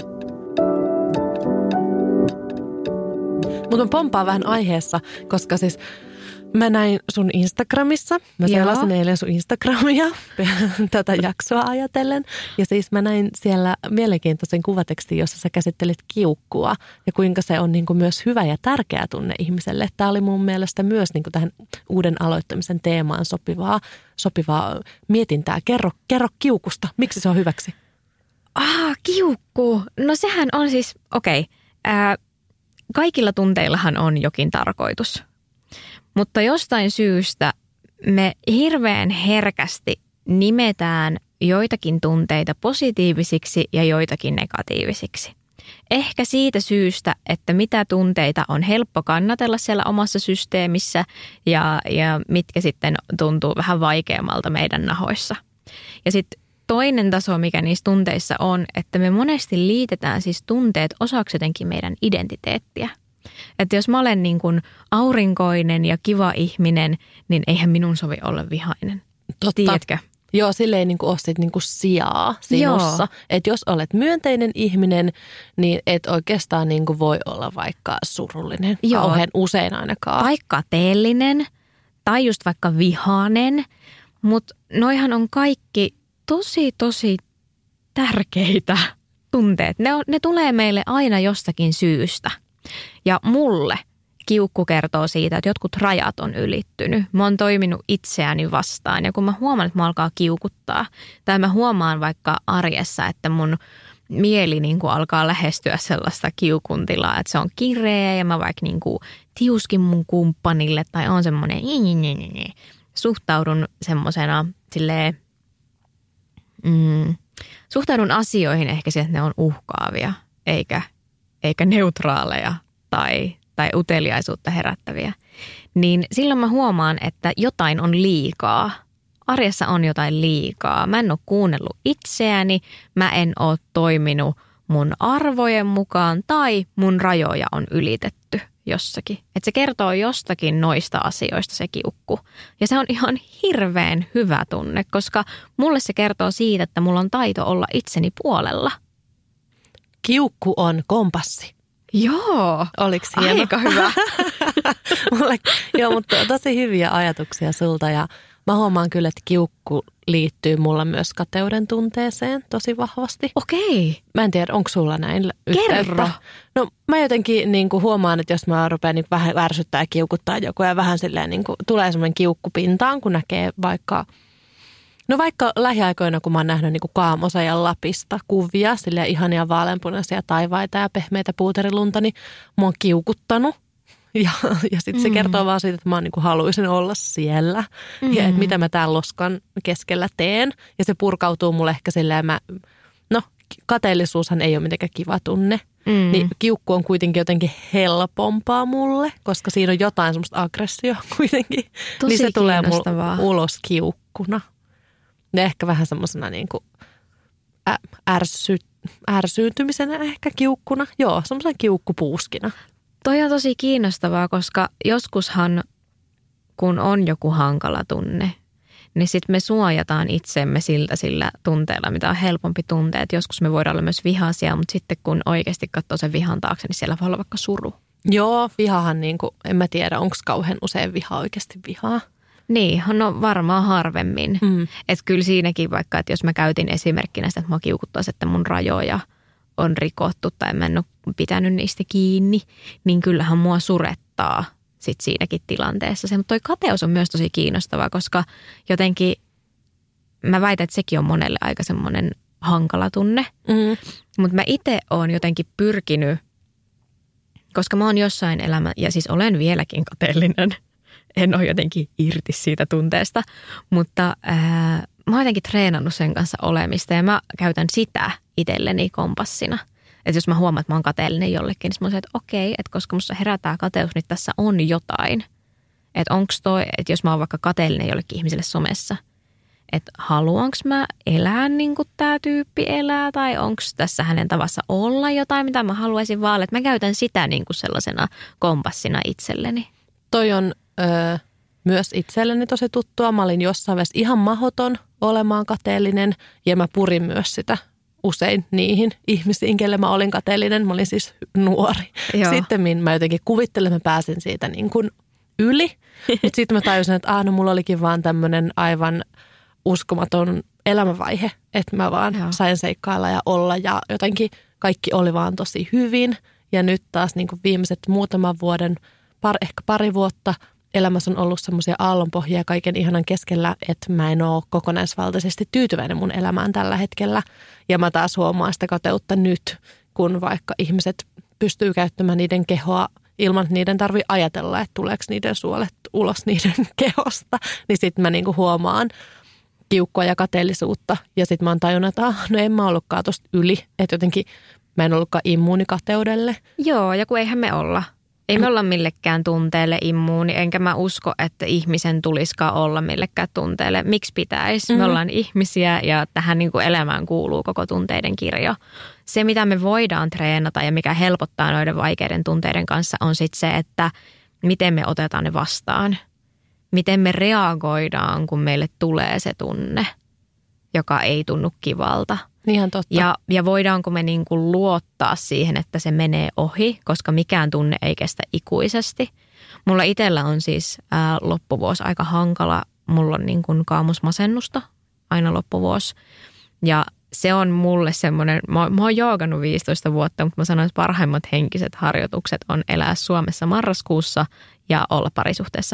Mutta mä pomppaan vähän aiheessa, koska siis mä näin sun Instagramissa, mä sellasin eilen sun Instagramia tätä jaksoa ajatellen. Ja siis mä näin siellä mielenkiintoisen kuvatekstin, jossa sä käsittelit kiukkua ja kuinka se on niinku myös hyvä ja tärkeä tunne ihmiselle. Tämä oli mun mielestä myös niinku tähän uuden aloittamisen teemaan sopivaa, sopivaa mietintää. Kerro, kerro kiukusta, miksi se on hyväksi? Ah, kiukku. No sehän on siis, okei, okay. Kaikilla tunteillahan on jokin tarkoitus. Mutta jostain syystä me hirveän herkästi nimetään joitakin tunteita positiivisiksi ja joitakin negatiivisiksi. Ehkä siitä syystä, että mitä tunteita on helppo kannatella siellä omassa systeemissä ja, ja mitkä sitten tuntuu vähän vaikeammalta meidän nahoissa. Ja sitten toinen taso, mikä niissä tunteissa on, että me monesti liitetään siis tunteet osaksi jotenkin meidän identiteettiä. Että jos mä olen niin kuin aurinkoinen ja kiva ihminen, niin eihän minun sovi olla vihainen. Totta. Tiedätkö? Joo, sille ei niinku ole sit niinku sijaa sinussa. Että jos olet myönteinen ihminen, niin et oikeastaan niinku voi olla vaikka surullinen. Joo. Kauhean usein ainakaan. Tai kateellinen tai just vaikka vihainen. Mutta noihan on kaikki tosi, tosi tärkeitä tunteet. Ne, on, ne tulee meille aina jostakin syystä. Ja mulle kiukku kertoo siitä, että jotkut rajat on ylittynyt. Mä oon toiminut itseäni vastaan ja kun mä huomaan, että mä alkaa kiukuttaa tai mä huomaan vaikka arjessa, että mun mieli niin kuin alkaa lähestyä sellaista kiukun tilaa, että se on kireä ja mä vaikka niin kuin tiuskin mun kumppanille tai on semmoinen suhtaudun semmoisena silleen, mm, suhtaudun asioihin ehkä siihen, että ne on uhkaavia eikä, eikä neutraaleja tai tai uteliaisuutta herättäviä, niin silloin mä huomaan, että jotain on liikaa. Arjessa on jotain liikaa. Mä en ole kuunnellut itseäni, mä en ole toiminut mun arvojen mukaan tai mun rajoja on ylitetty jossakin. Että se kertoo jostakin noista asioista se kiukku. Ja se on ihan hirveän hyvä tunne, koska mulle se kertoo siitä, että mulla on taito olla itseni puolella. Kiukku on kompassi. Joo. Oliko hieno? Aika hyvä. Mulle, joo, mutta tosi hyviä ajatuksia sulta ja Mä huomaan kyllä, että kiukku liittyy mulla myös kateuden tunteeseen tosi vahvasti. Okei. Mä en tiedä, onko sulla näin yhteyttä? Kerro. No mä jotenkin niin kuin huomaan, että jos mä rupean niin vähän ärsyttää ja kiukuttaa joku ja vähän silleen niin kuin, tulee semmoinen kiukku pintaan, kun näkee vaikka, no vaikka lähiaikoina, kun mä oon nähnyt niin kuin Kaamosajan Lapista kuvia, silleen ihania vaaleanpunaisia taivaita ja pehmeitä puuterilunta, niin mä oon kiukuttanut. Ja, ja sitten se mm. kertoo vaan siitä, että mä niin kuin haluaisin olla siellä mm. ja että mitä mä täällä loskan keskellä teen. Ja se purkautuu mulle ehkä silleen, mä, no kateellisuushan ei ole mitenkään kiva tunne. Mm. Niin kiukku on kuitenkin jotenkin helpompaa mulle, koska siinä on jotain semmoista aggressioa kuitenkin. Tosi niin se tulee kiinnostavaa. mulle ulos kiukkuna. Ja ehkä vähän semmoisena niin kuin ä, ärsy, ärsyytymisenä ehkä kiukkuna. Joo, semmoisena kiukkupuuskina. Toi on tosi kiinnostavaa, koska joskushan, kun on joku hankala tunne, niin sitten me suojataan itsemme siltä sillä tunteella, mitä on helpompi tuntea. Et joskus me voidaan olla myös vihaisia, mutta sitten kun oikeasti katsoo sen vihan taakse, niin siellä voi olla vaikka suru. Joo, vihahan niin kuin, en mä tiedä, onko kauhean usein viha oikeasti vihaa. Niin, no varmaan harvemmin. Mm. Että kyllä siinäkin vaikka, että jos mä käytin esimerkkinä sitä, että mä kiukuttaisi, että mun rajoja on rikottu tai mä en ole pitänyt niistä kiinni, niin kyllähän mua surettaa sit siinäkin tilanteessa. Se, mutta toi kateus on myös tosi kiinnostavaa, koska jotenkin mä väitän, että sekin on monelle aika semmoinen hankala tunne. Mm. Mutta mä itse oon jotenkin pyrkinyt, koska mä oon jossain elämä, ja siis olen vieläkin kateellinen, en ole jotenkin irti siitä tunteesta, mutta ää, mä oon jotenkin treenannut sen kanssa olemista ja mä käytän sitä itselleni kompassina. Että jos mä huomaan, että mä oon kateellinen jollekin, niin mä oon se, että okei, että koska musta herätää kateus, niin tässä on jotain. Että onko toi, että jos mä oon vaikka kateellinen jollekin ihmiselle somessa, että haluanko mä elää niin kuin tää tyyppi elää tai onko tässä hänen tavassa olla jotain, mitä mä haluaisin vaan, että mä käytän sitä niin kuin sellaisena kompassina itselleni. Toi on öö, myös itselleni tosi tuttua. Mä olin jossain vaiheessa ihan mahdoton olemaan kateellinen ja mä purin myös sitä usein niihin ihmisiin, kelle mä olin kateellinen. Mä olin siis nuori. Joo. Sitten mä jotenkin kuvittelen, että mä pääsin siitä niin kuin yli. Mutta sitten mä tajusin, että ah, no mulla olikin vaan tämmöinen aivan uskomaton elämänvaihe, että mä vaan Joo. sain seikkailla ja olla ja jotenkin kaikki oli vaan tosi hyvin. Ja nyt taas niin kuin viimeiset muutaman vuoden, par, ehkä pari vuotta elämässä on ollut semmoisia aallonpohjia kaiken ihanan keskellä, että mä en ole kokonaisvaltaisesti tyytyväinen mun elämään tällä hetkellä. Ja mä taas huomaan sitä kateutta nyt, kun vaikka ihmiset pystyy käyttämään niiden kehoa ilman, että niiden tarvitsee ajatella, että tuleeko niiden suolet ulos niiden kehosta. Niin sitten mä niinku huomaan kiukkua ja kateellisuutta. Ja sitten mä oon tajunnut, että ah, no en mä ollutkaan tosta yli. Että jotenkin mä en ollutkaan immuuni kateudelle. Joo, ja kun eihän me olla. Ei me olla millekään tunteelle immuuni, enkä mä usko, että ihmisen tulisikaan olla millekään tunteelle. Miksi pitäisi? Mm-hmm. Me ollaan ihmisiä ja tähän niin kuin elämään kuuluu koko tunteiden kirjo. Se, mitä me voidaan treenata ja mikä helpottaa noiden vaikeiden tunteiden kanssa, on sitten se, että miten me otetaan ne vastaan. Miten me reagoidaan, kun meille tulee se tunne, joka ei tunnu kivalta. Ihan totta. Ja, ja voidaanko me niin kuin luottaa siihen, että se menee ohi, koska mikään tunne ei kestä ikuisesti. Mulla itsellä on siis ää, loppuvuosi aika hankala. Mulla on niin kuin kaamosmasennusta aina loppuvuosi. Ja se on mulle semmoinen, mä, mä oon joogannut viisitoista vuotta, mutta mä sanoin, että parhaimmat henkiset harjoitukset on elää Suomessa marraskuussa ja olla parisuhteessa.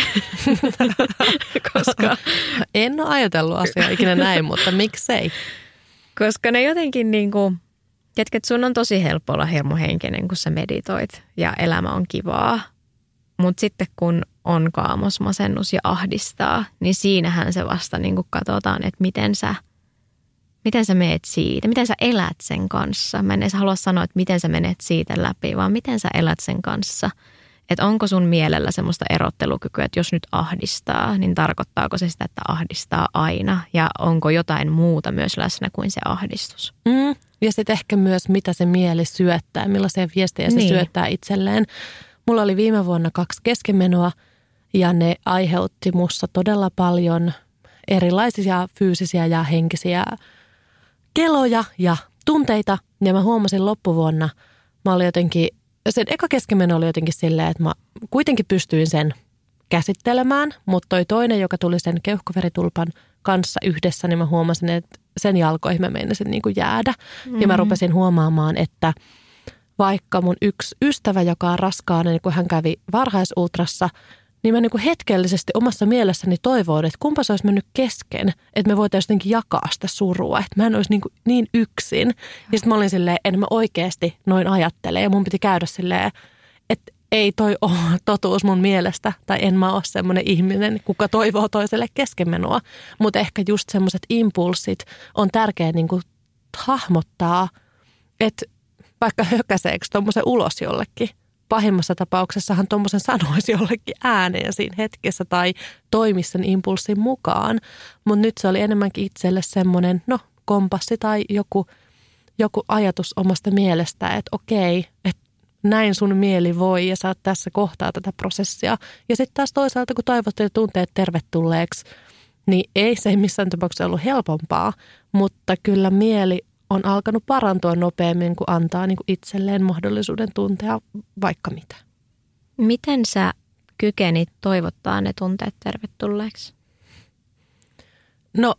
Koska en ole ajatellut asiaa ikinä näin, mutta miksei? Koska ne jotenkin niin kuin, tiedätkö, että sun on tosi helppo olla hirmuhenkinen, kun sä meditoit ja elämä on kivaa. Mutta sitten kun on kaamosmasennus ja ahdistaa, niin siinähän se vasta niin kuin katsotaan, että miten sä, miten sä meet siitä, miten sä elät sen kanssa. Mä en edes halua sanoa, että miten sä menet siitä läpi, vaan miten sä elät sen kanssa. Että onko sun mielellä semmoista erottelukykyä, että jos nyt ahdistaa, niin tarkoittaako se sitä, että ahdistaa aina? Ja onko jotain muuta myös läsnä kuin se ahdistus? Mm. Ja sitten ehkä myös, mitä se mieli syöttää, millaisia viestejä se niin. syöttää itselleen. Mulla oli viime vuonna kaksi keskenmenoa ja ne aiheutti musta todella paljon erilaisia fyysisiä ja henkisiä keloja ja tunteita. Ja mä huomasin loppuvuonna, mä olin jotenkin... Sen eka keskimeno oli jotenkin silleen, että mä kuitenkin pystyin sen käsittelemään, mutta toi toinen, joka tuli sen keuhkoveritulpan kanssa yhdessä, niin mä huomasin, että sen jalkoihin mä meinasin niin kuin jäädä. Mm-hmm. Ja mä rupesin huomaamaan, että vaikka mun yksi ystävä, joka on raskaana, niin kun hän kävi varhaisultrassa, niin mä niin kuin hetkellisesti omassa mielessäni toivoin, että kumpa se olisi mennyt kesken, että me voitaisiin jotenkin jakaa sitä surua, että mä en olisi niin, kuin niin yksin. Ja sitten mä olin silleen, en mä oikeasti noin ajattele, ja mun piti käydä silleen, että ei toi ole totuus mun mielestä, tai en mä ole semmoinen ihminen, kuka toivoo toiselle keskenmenoa. Mutta ehkä just semmoiset impulssit on tärkeää niin kuin hahmottaa, että vaikka hökäseekö tommoisen ulos jollekin. Pahimmassa tapauksessahan tommoisen sanoisi jollekin ääneen siinä hetkessä tai toimisi sen impulssin mukaan. Mutta nyt se oli enemmänkin itselle semmoinen, no kompassi tai joku, joku ajatus omasta mielestä, että okei, että näin sun mieli voi ja sä oot tässä kohtaa tätä prosessia. Ja sitten taas toisaalta, kun toivotteet tunteet tervetulleeksi, niin ei se missään tapauksessa ollut helpompaa, mutta kyllä mieli on alkanut parantua nopeammin, kun antaa niin kuin itselleen mahdollisuuden tuntea vaikka mitä. Miten sä kykenit toivottaa ne tunteet tervetulleeksi? No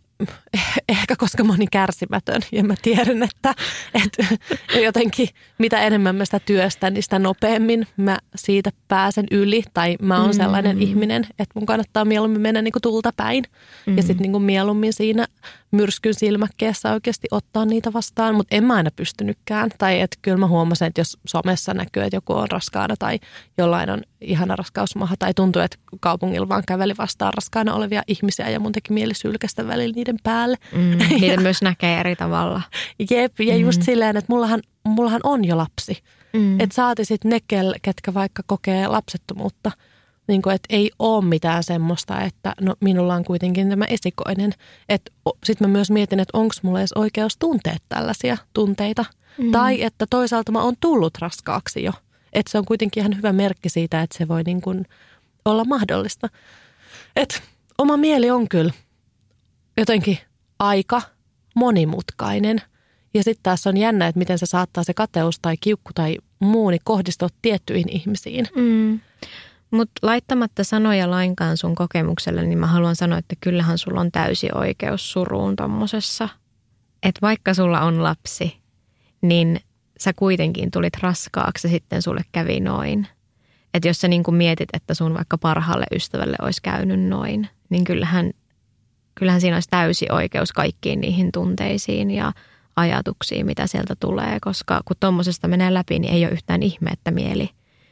ehkä koska mä oon niin kärsimätön ja mä tiedän, että, että jotenkin mitä enemmän mä sitä työstän, niin sitä nopeammin mä siitä pääsen yli. Tai mä oon mm-hmm. sellainen ihminen, että mun kannattaa mieluummin mennä niin kuin tulta päin. Mm-hmm. Ja sitten niin kuin mieluummin siinä myrskyn silmäkkeessä oikeasti ottaa niitä vastaan. Mutta en mä aina pystynytkään. Tai että kyllä mä huomasin, että jos somessa näkyy, että joku on raskaana tai jollain on ihana raskausmaha. Tai tuntuu, että kaupungilla vaan käveli vastaan raskaana olevia ihmisiä ja mun teki mieli sylkästä välillä niiden päälle. Mm, niitä ja, myös näkee eri tavalla. Jep, ja mm. just silleen, että mullahan, mullahan on jo lapsi. Mm. Että saati sitten ne, ketkä vaikka kokee lapsettomuutta. Niin kuin, että ei ole mitään semmoista, että no minulla on kuitenkin tämä esikoinen. Että sitten mä myös mietin, että onko mulla edes oikeus tuntea tällaisia tunteita. Mm. Tai että toisaalta mä oon tullut raskaaksi jo. Että se on kuitenkin ihan hyvä merkki siitä, että se voi niin kuin olla mahdollista. Että oma mieli on kyllä jotenkin aika monimutkainen. Ja sitten tässä on jännä, että miten se saattaa se kateus tai kiukku tai muu niin kohdistua tiettyihin ihmisiin. Mm. Mutta laittamatta sanoja lainkaan sun kokemukselle, niin mä haluan sanoa, että kyllähän sulla on täysi oikeus suruun tommosessa. Että vaikka sulla on lapsi, niin sä kuitenkin tulit raskaaksi ja sitten sulle kävi noin. Että jos sä niin kuin mietit, että sun vaikka parhaalle ystävälle olisi käynyt noin, niin kyllähän, kyllähän siinä olisi täysi oikeus kaikkiin niihin tunteisiin ja ajatuksiin, mitä sieltä tulee. Koska kun tommosesta menee läpi, niin ei ole yhtään ihme, että mieli,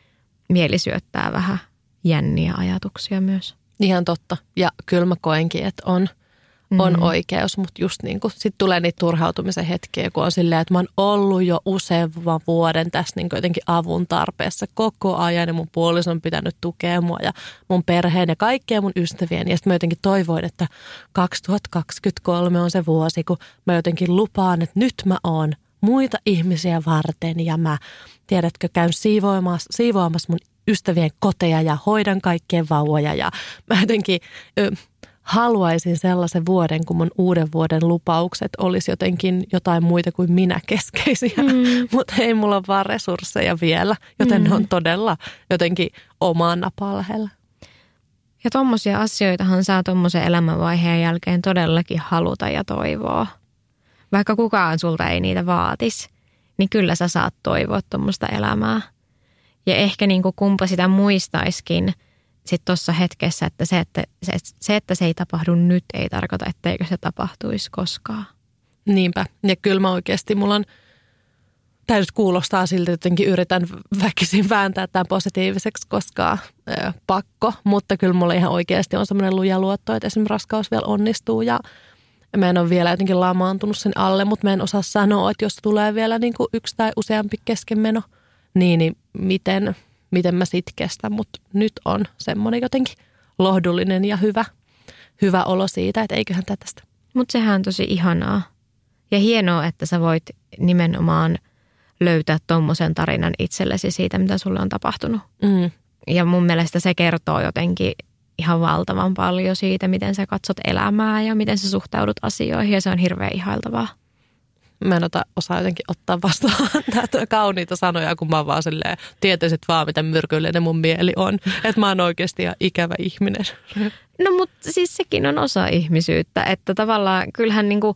mieli syöttää vähän jänniä ajatuksia myös. Ihan totta. Ja kyllä mä koenkin, että on, on mm. oikeus, mutta just niin kuin sitten tulee niitä turhautumisen hetkiä, kun on silleen, että mä oon ollut jo useamman vuoden tässä niin kuin jotenkin avun tarpeessa koko ajan ja mun puoliso on pitänyt tukea mua ja mun perheen ja kaikkien mun ystävien. Ja sitten mä jotenkin toivoin, että kaksituhattakaksikymmentäkolme on se vuosi, kun mä jotenkin lupaan, että nyt mä oon muita ihmisiä varten ja mä, tiedätkö, käyn siivoamassa, siivoamassa mun ystävien koteja ja hoidan kaikkien vauvoja ja mä jotenkin ö, haluaisin sellaisen vuoden, kun mun uuden vuoden lupaukset olisi jotenkin jotain muita kuin minä keskeisiä, mm. mutta ei mulla ole vaan resursseja vielä, joten mm. ne on todella jotenkin omaan napaan lähellä. Ja tommosia asioitahan saa tommosen elämänvaiheen jälkeen todellakin haluta ja toivoa. Vaikka kukaan sulta ei niitä vaatisi, niin kyllä sä saat toivoa tommoista elämää. Ja ehkä niin kuin kumpa sitä muistaiskin sitten tuossa hetkessä, että se, että se, se, että se ei tapahdu nyt, ei tarkoita, etteikö se tapahtuisi koskaan. Niinpä. Ja kyllä mä oikeasti, mulla on, tämä nyt kuulostaa siltä, että jotenkin yritän väkisin vääntää tämän positiiviseksi, koska ö, pakko. Mutta kyllä mulla ihan oikeasti on semmoinen luja luotto, että esimerkiksi raskaus vielä onnistuu ja mä en ole vielä jotenkin lamaantunut sen alle, mutta mä en osaa sanoa, että jos tulee vielä niin kuin yksi tai useampi keskenmeno, niin, niin miten, miten mä sit kestän. Mutta nyt on semmoinen jotenkin lohdullinen ja hyvä, hyvä olo siitä, että eiköhän tästä. Mutta sehän on tosi ihanaa. Ja hienoa, että sä voit nimenomaan löytää tommosen tarinan itsellesi siitä, mitä sulle on tapahtunut. Mm. Ja mun mielestä se kertoo jotenkin ihan valtavan paljon siitä, miten sä katsot elämää ja miten sä suhtaudut asioihin ja se on hirveän ihailtavaa. Mä en ota, osaa jotenkin ottaa vastaan näitä kauniita sanoja, kun mä vaan silleen tietäisit vaan, miten myrkyllinen mun mieli on. Että mä oon oikeasti ihan ikävä ihminen. No mutta siis sekin on osa ihmisyyttä, että tavallaan kyllähän niinku,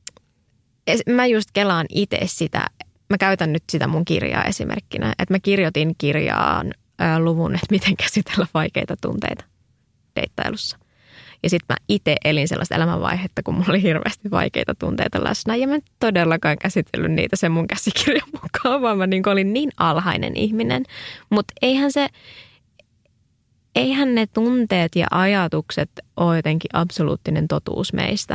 mä just kelaan itse sitä, mä käytän nyt sitä mun kirjaa esimerkkinä, että mä kirjoitin kirjaan ää, luvun, että miten käsitellä vaikeita tunteita deittailussa. Ja sitten mä itse elin sellaista elämänvaihetta, kun mulla oli hirveästi vaikeita tunteita läsnä. Ja mä en todellakaan käsitellyt niitä sen mun käsikirjan mukaan, vaan mä niin olin niin alhainen ihminen. Mutta eihän se, eihän ne tunteet ja ajatukset ole jotenkin absoluuttinen totuus meistä.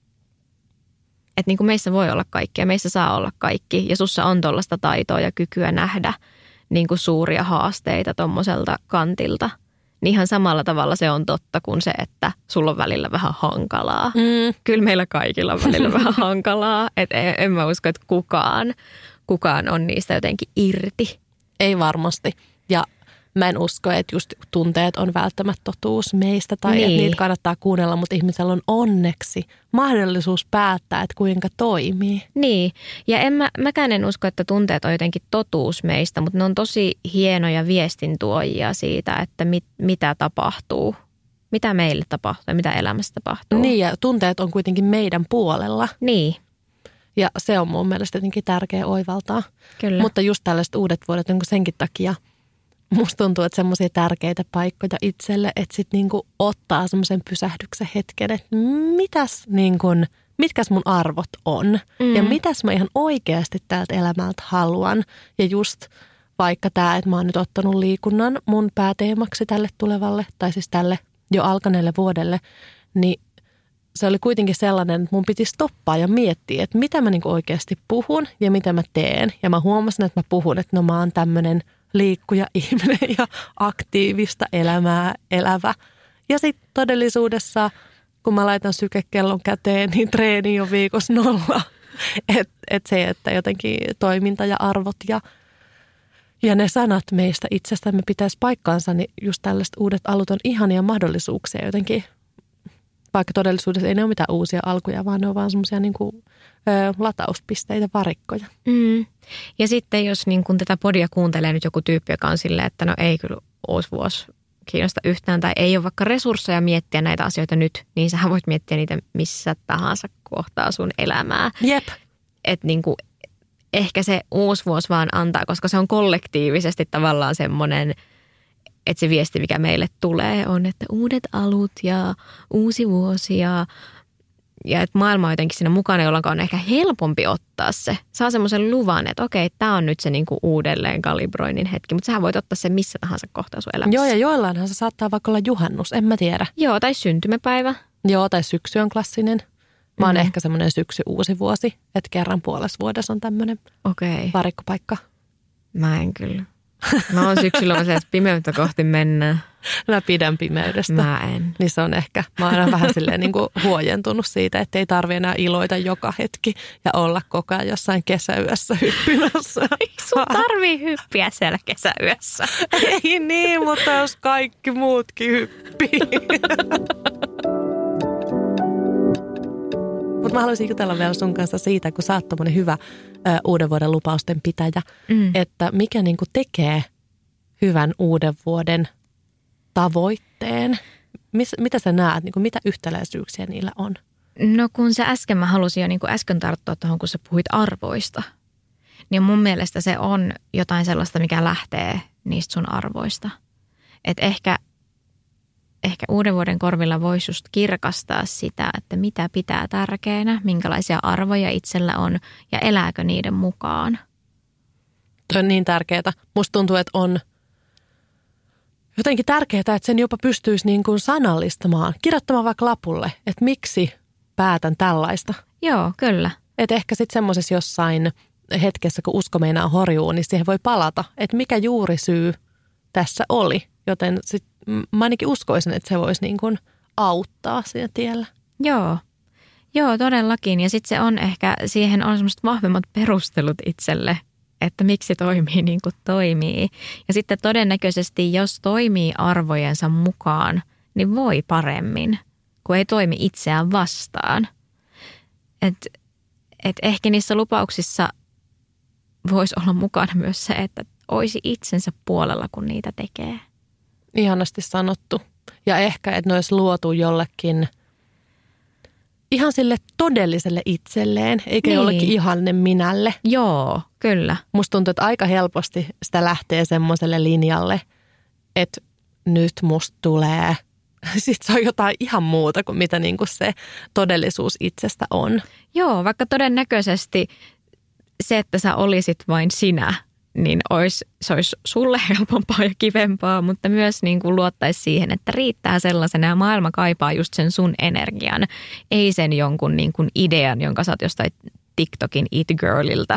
Että niin kuin meissä voi olla kaikki ja meissä saa olla kaikki. Ja sussa on tuollaista taitoa ja kykyä nähdä niin kuin suuria haasteita tuommoiselta kantilta. Niin ihan samalla tavalla se on totta kuin se, että sulla on välillä vähän hankalaa. Mm. Kyllä meillä kaikilla on välillä vähän hankalaa. Et en, en mä usko, että kukaan, kukaan on niistä jotenkin irti. Ei varmasti. Ja mä en usko, että just tunteet on välttämättä totuus meistä tai niin. Että niitä kannattaa kuunnella, mutta ihmisellä on onneksi mahdollisuus päättää, että kuinka toimii. Niin, ja en mä, mäkään en usko, että tunteet on jotenkin totuus meistä, mutta ne on tosi hienoja viestintuojia siitä, että mit, mitä tapahtuu, mitä meille tapahtuu ja mitä elämässä tapahtuu. Niin, ja tunteet on kuitenkin meidän puolella. Niin. Ja se on mun mielestä jotenkin tärkeä oivaltaa. Kyllä. Mutta just tällaiset uudet vuodet on senkin takia musta tuntuu, että semmoisia tärkeitä paikkoja itselle, että sitten niinku ottaa semmoisen pysähdyksen hetken, että mitäs niinku, mitkäs mun arvot on mm. ja mitäs mä ihan oikeasti tältä elämältä haluan. Ja just vaikka tämä, että mä oon nyt ottanut liikunnan mun pääteemaksi tälle tulevalle, tai siis tälle jo alkaneelle vuodelle, niin se oli kuitenkin sellainen, että mun piti stoppaa ja miettiä, että mitä mä niinku oikeasti puhun ja mitä mä teen. Ja mä huomasin, että mä puhun, että no mä oon tämmöinen liikkuja ihminen ja aktiivista elämää elävä. Ja sitten todellisuudessa, kun mä laitan sykekellon käteen, niin treeni on viikossa nolla. Että et se, että jotenkin toiminta ja arvot ja, ja ne sanat meistä itsestämme pitäisi paikkaansa, niin just tällaiset uudet alut on ihania mahdollisuuksia jotenkin. Vaikka todellisuudessa ei ne ole mitään uusia alkuja, vaan ne on vaan semmoisia niin kuin ö, latauspisteitä, varikkoja. Mm. Ja sitten jos niin kun tätä podia kuuntelee nyt joku tyyppi, joka on silleen, että no ei kyllä uusi vuosi kiinnosta yhtään tai ei ole vaikka resursseja miettiä näitä asioita nyt, niin sähän voit miettiä niitä missä tahansa kohtaa sun elämää. Jep. Että niin kuin ehkä se uusi vuosi vaan antaa, koska se on kollektiivisesti tavallaan semmoinen, että se viesti, mikä meille tulee, on, että uudet alut ja uusi vuosi ja, ja että maailma on jotenkin siinä mukana, jolloin on ehkä helpompi ottaa se. Saa semmoisen luvan, että okei, tämä on nyt se niinku uudelleen kalibroinnin hetki, mutta sähän voit ottaa sen missä tahansa kohtaa sun elämässä. Joo, ja joillainhan se saattaa vaikka olla juhannus, en mä tiedä. Joo, tai syntymäpäivä. Joo, tai syksy on klassinen. Mä oon mm-hmm. ehkä semmoinen syksy uusi vuosi, että kerran puolessa vuodessa on tämmöinen okay. varikkopaikka. Mä en kyllä. Mä oon syksyllä vaan se, että pimeyttä kohti mennään. Mä pidän pimeydestä. Mä en. Niin se on ehkä, mä oon aina vähän silleen niin kuin huojentunut siitä, että ei tarvitse enää iloita joka hetki ja olla koko ajan jossain kesäyössä hyppimässä. Ei sun tarvii hyppiä siellä kesäyössä. Ei niin, mutta jos kaikki muutkin hyppii. Mutta mä haluaisin jutella vielä sun kanssa siitä, kun sä oot tommonen hyvä ö, uuden vuoden lupausten pitäjä, mm. että mikä niinku tekee hyvän uuden vuoden tavoitteen? Mis, mitä sä näet, niinku, mitä yhtäläisyyksiä niillä on? No kun sä äsken, mä halusin jo niinku äsken tarttua tuohon, kun sä puhuit arvoista, niin mun mielestä se on jotain sellaista, mikä lähtee niistä sun arvoista. Että ehkä... Ehkä uuden vuoden korvilla voisi just kirkastaa sitä, että mitä pitää tärkeänä, minkälaisia arvoja itsellä on ja elääkö niiden mukaan. Tuo on niin tärkeää. Musta tuntuu, että on jotenkin tärkeää, että sen jopa pystyisi niin kuin sanallistamaan, kirjoittamaan vaikka lapulle, että miksi päätän tällaista. Joo, kyllä. Että ehkä sitten semmoisessa jossain hetkessä, kun usko meinaa horjuu, niin siihen voi palata, että mikä juurisyy tässä oli, joten sitten mä ainakin uskoisin, että se voisi niin kuin auttaa siinä tiellä. Joo, joo todellakin. Ja sitten se on ehkä, siihen on semmoiset vahvemmat perustelut itselle, että miksi toimii niin kuin toimii. Ja sitten todennäköisesti, jos toimii arvojensa mukaan, niin voi paremmin, kun ei toimi itseään vastaan. Et, et ehkä niissä lupauksissa voisi olla mukana myös se, että olisi itsensä puolella, kun niitä tekee. Ihanasti sanottu. Ja ehkä, että ne olisi luotu jollekin ihan sille todelliselle itselleen, eikä niin. jollekin ihanne minälle. Joo, kyllä. Musta tuntuu, että aika helposti sitä lähtee semmoiselle linjalle, että nyt musta tulee. Sitten se on jotain ihan muuta kuin mitä niin kuin se todellisuus itsestä on. Joo, vaikka todennäköisesti se, että sä olisit vain sinä, niin olisi, se olisi sulle helpompaa ja kivempaa, mutta myös niin kuin luottaisi siihen, että riittää sellaisena ja maailma kaipaa just sen sun energian, ei sen jonkun niin kuin idean, jonka sä oot jostain TikTokin It Girliltä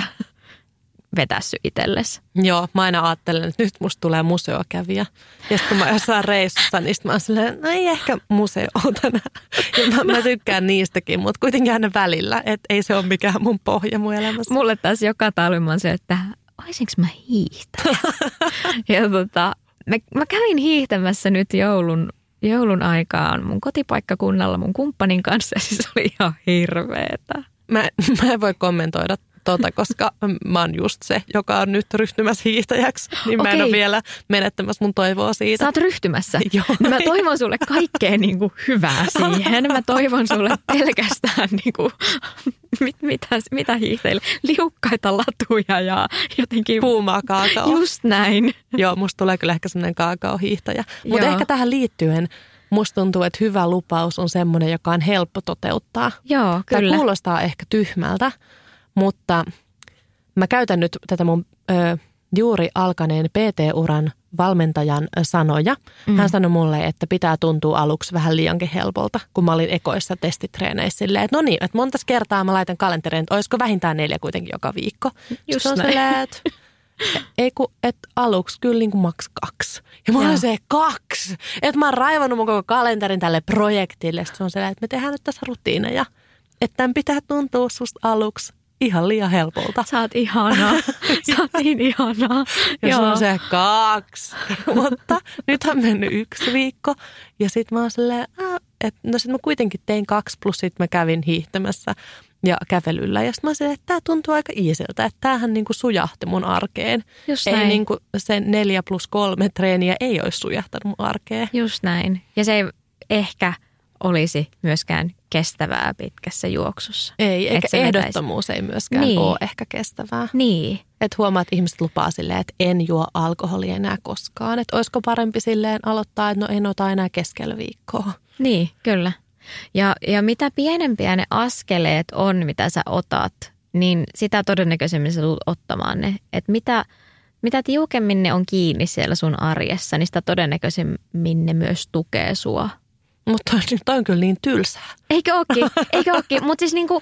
vetässyt itsellesi. Joo, mä aina ajattelen, että nyt musta tulee museokävijä. Ja sitten kun mä jossain reissussa, niin mä oon silleen, no ei ehkä museo tänään. Ja mä, mä tykkään niistäkin, mutta kuitenkin aina välillä, että ei se ole mikään mun pohja mun elämässä. Mulle taas joka talvi mä oon se, että olisinko mä hiihtäjä? ja tota, mä, mä kävin hiihtämässä nyt joulun, joulun aikaan mun kotipaikkakunnalla mun kumppanin kanssa ja siis oli ihan hirveetä. Mä, mä en voi kommentoida tota, koska mä oon just se, joka on nyt ryhtymässä hiihtäjäksi, niin mä en ole vielä menettämässä mun toivoa siitä. Sä oot ryhtymässä? Joo. Mä toivon sulle kaikkea niin kuin hyvää siihen. Mä toivon sulle pelkästään niin kuin, mit, mitä, mitä hiihtäjille, liukkaita latuja ja jotenkin kuumaa kaakao. Just näin. Joo, musta tulee kyllä ehkä semmoinen kaakaohiihtäjä. Mutta ehkä tähän liittyen musta tuntuu, että hyvä lupaus on semmoinen, joka on helppo toteuttaa. Joo, kyllä. Tämä kuulostaa ehkä tyhmältä. Mutta mä käytän nyt tätä mun ö, juuri alkaneen P T-uran valmentajan sanoja. Mm. Hän sanoi mulle, että pitää tuntua aluksi vähän liiankin helpolta, kun mä olin ekoissa testitreeneissä silleen, että no niin, että monta kertaa mä laitan kalenteriin, että olisiko vähintään neljä kuitenkin joka viikko. Just näin. Silleen, että ei kun, että aluksi kyllä niin kuin maks kaksi. Ja mä olen se kaksi. Että mä oon raivannut mun koko kalenterin tälle projektille. Sitten se on silleen, että me tehdään nyt tässä rutiineja. Että tämän pitää tuntua susta aluksi ihan liian helpolta. Sä oot ihanaa. Sä oot niin ihanaa. Ja se on se kaksi. Mutta nyt on mennyt yksi viikko. Ja sit mä oon silleen, että no sit mä kuitenkin tein kaksi, plus sit mä kävin hiihtämässä ja kävelyllä. Ja sit mä oon silleen, että tää tuntuu aika iisiltä. Että tämähän niinku sujahti mun arkeen. Just ei näin. niinku se neljä plus kolme treeniä ei olisi sujahtanut mun arkeen. Just näin. Ja se ei ehkä olisi myöskään kestävää pitkässä juoksussa. Ei, eikä ehdottomuus ei myöskään niin. ole ehkä kestävää. Niin. Että huomaa, että ihmiset lupaa silleen, että en juo alkoholia enää koskaan. Että olisiko parempi silleen aloittaa, että no en ota enää keskellä viikkoa. Niin, kyllä. Ja, ja mitä pienempiä ne askeleet on, mitä sä otat, niin sitä todennäköisemmin sä tulet ottamaan ne. Että mitä, mitä tiukemmin ne on kiinni siellä sun arjessa, niin sitä todennäköisemmin ne myös tukee sua. Mutta toi, toi on kyllä niin tylsää. Eikö ookin, eikö ookin. Mutta siis niinku,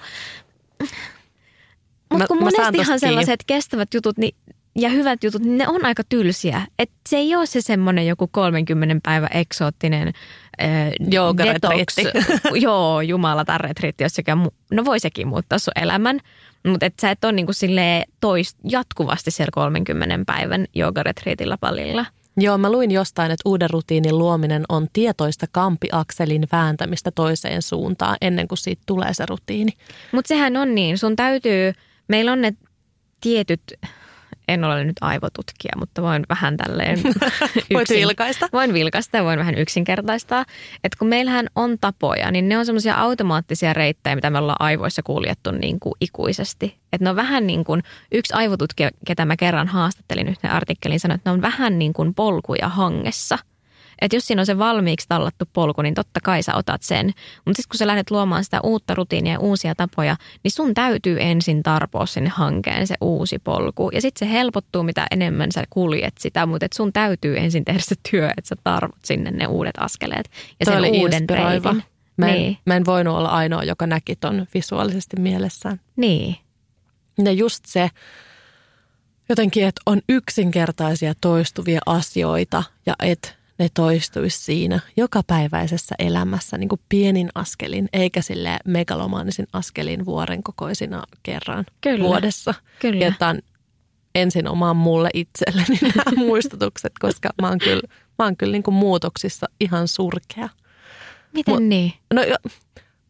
mut kun monestihan sellaiset kestävät jutut niin, ja hyvät jutut, niin ne on aika tylsiä. Että se ei ole se semmoinen joku kolmenkymmenen päivän eksoottinen äh, detox. Joo, jumalatan retriitti, jos sekä, no voi sekin muuttaa sun elämän. Mutta et sä et ole niinku silleen toist, jatkuvasti siellä kolmenkymmenen päivän joogaretriitillä palilla. Joo, mä luin jostain, että uuden rutiinin luominen on tietoista kampiakselin vääntämistä toiseen suuntaan ennen kuin siitä tulee se rutiini. Mutta sehän on niin. Sun täytyy, meillä on ne tietyt, en ole nyt aivotutkija, mutta voin vähän tälleen Voit vilkaista. Voin vilkaista ja voin vähän yksinkertaistaa. Että kun meillähän on tapoja, niin ne on semmoisia automaattisia reittejä, mitä me ollaan aivoissa kuljettu niin kuin ikuisesti. Että ne on vähän niin kuin, yksi aivotutkija, ketä mä kerran haastattelin yhteen artikkelin, sanoi, että ne on vähän niin kuin polkuja hangessa. Että jos siinä on se valmiiksi tallattu polku, niin totta kai sä otat sen. Mutta sitten kun sä lähdet luomaan sitä uutta rutiinia ja uusia tapoja, niin sun täytyy ensin tarpoa sinne hankeen se uusi polku. Ja sitten se helpottuu, mitä enemmän sä kuljet sitä, mutta sun täytyy ensin tehdä se työ, että sä tarvot sinne ne uudet askeleet ja sen uuden reitin. Mä en, niin. mä en voinut olla ainoa, joka näki ton visuaalisesti mielessään. Niin. Ja just se jotenkin, että on yksinkertaisia toistuvia asioita ja että ne toistuisi siinä jokapäiväisessä elämässä niin kuin pienin askelin, eikä sille megalomaanisin askelin vuoren kokoisina kerran Kyllä. vuodessa. Kyllä. Ja tämän ensin omaan mulle itselleni nämä muistutukset, koska mä oon kyllä, mä oon kyllä niin kuin muutoksissa ihan surkea. Miten Mut, niin? No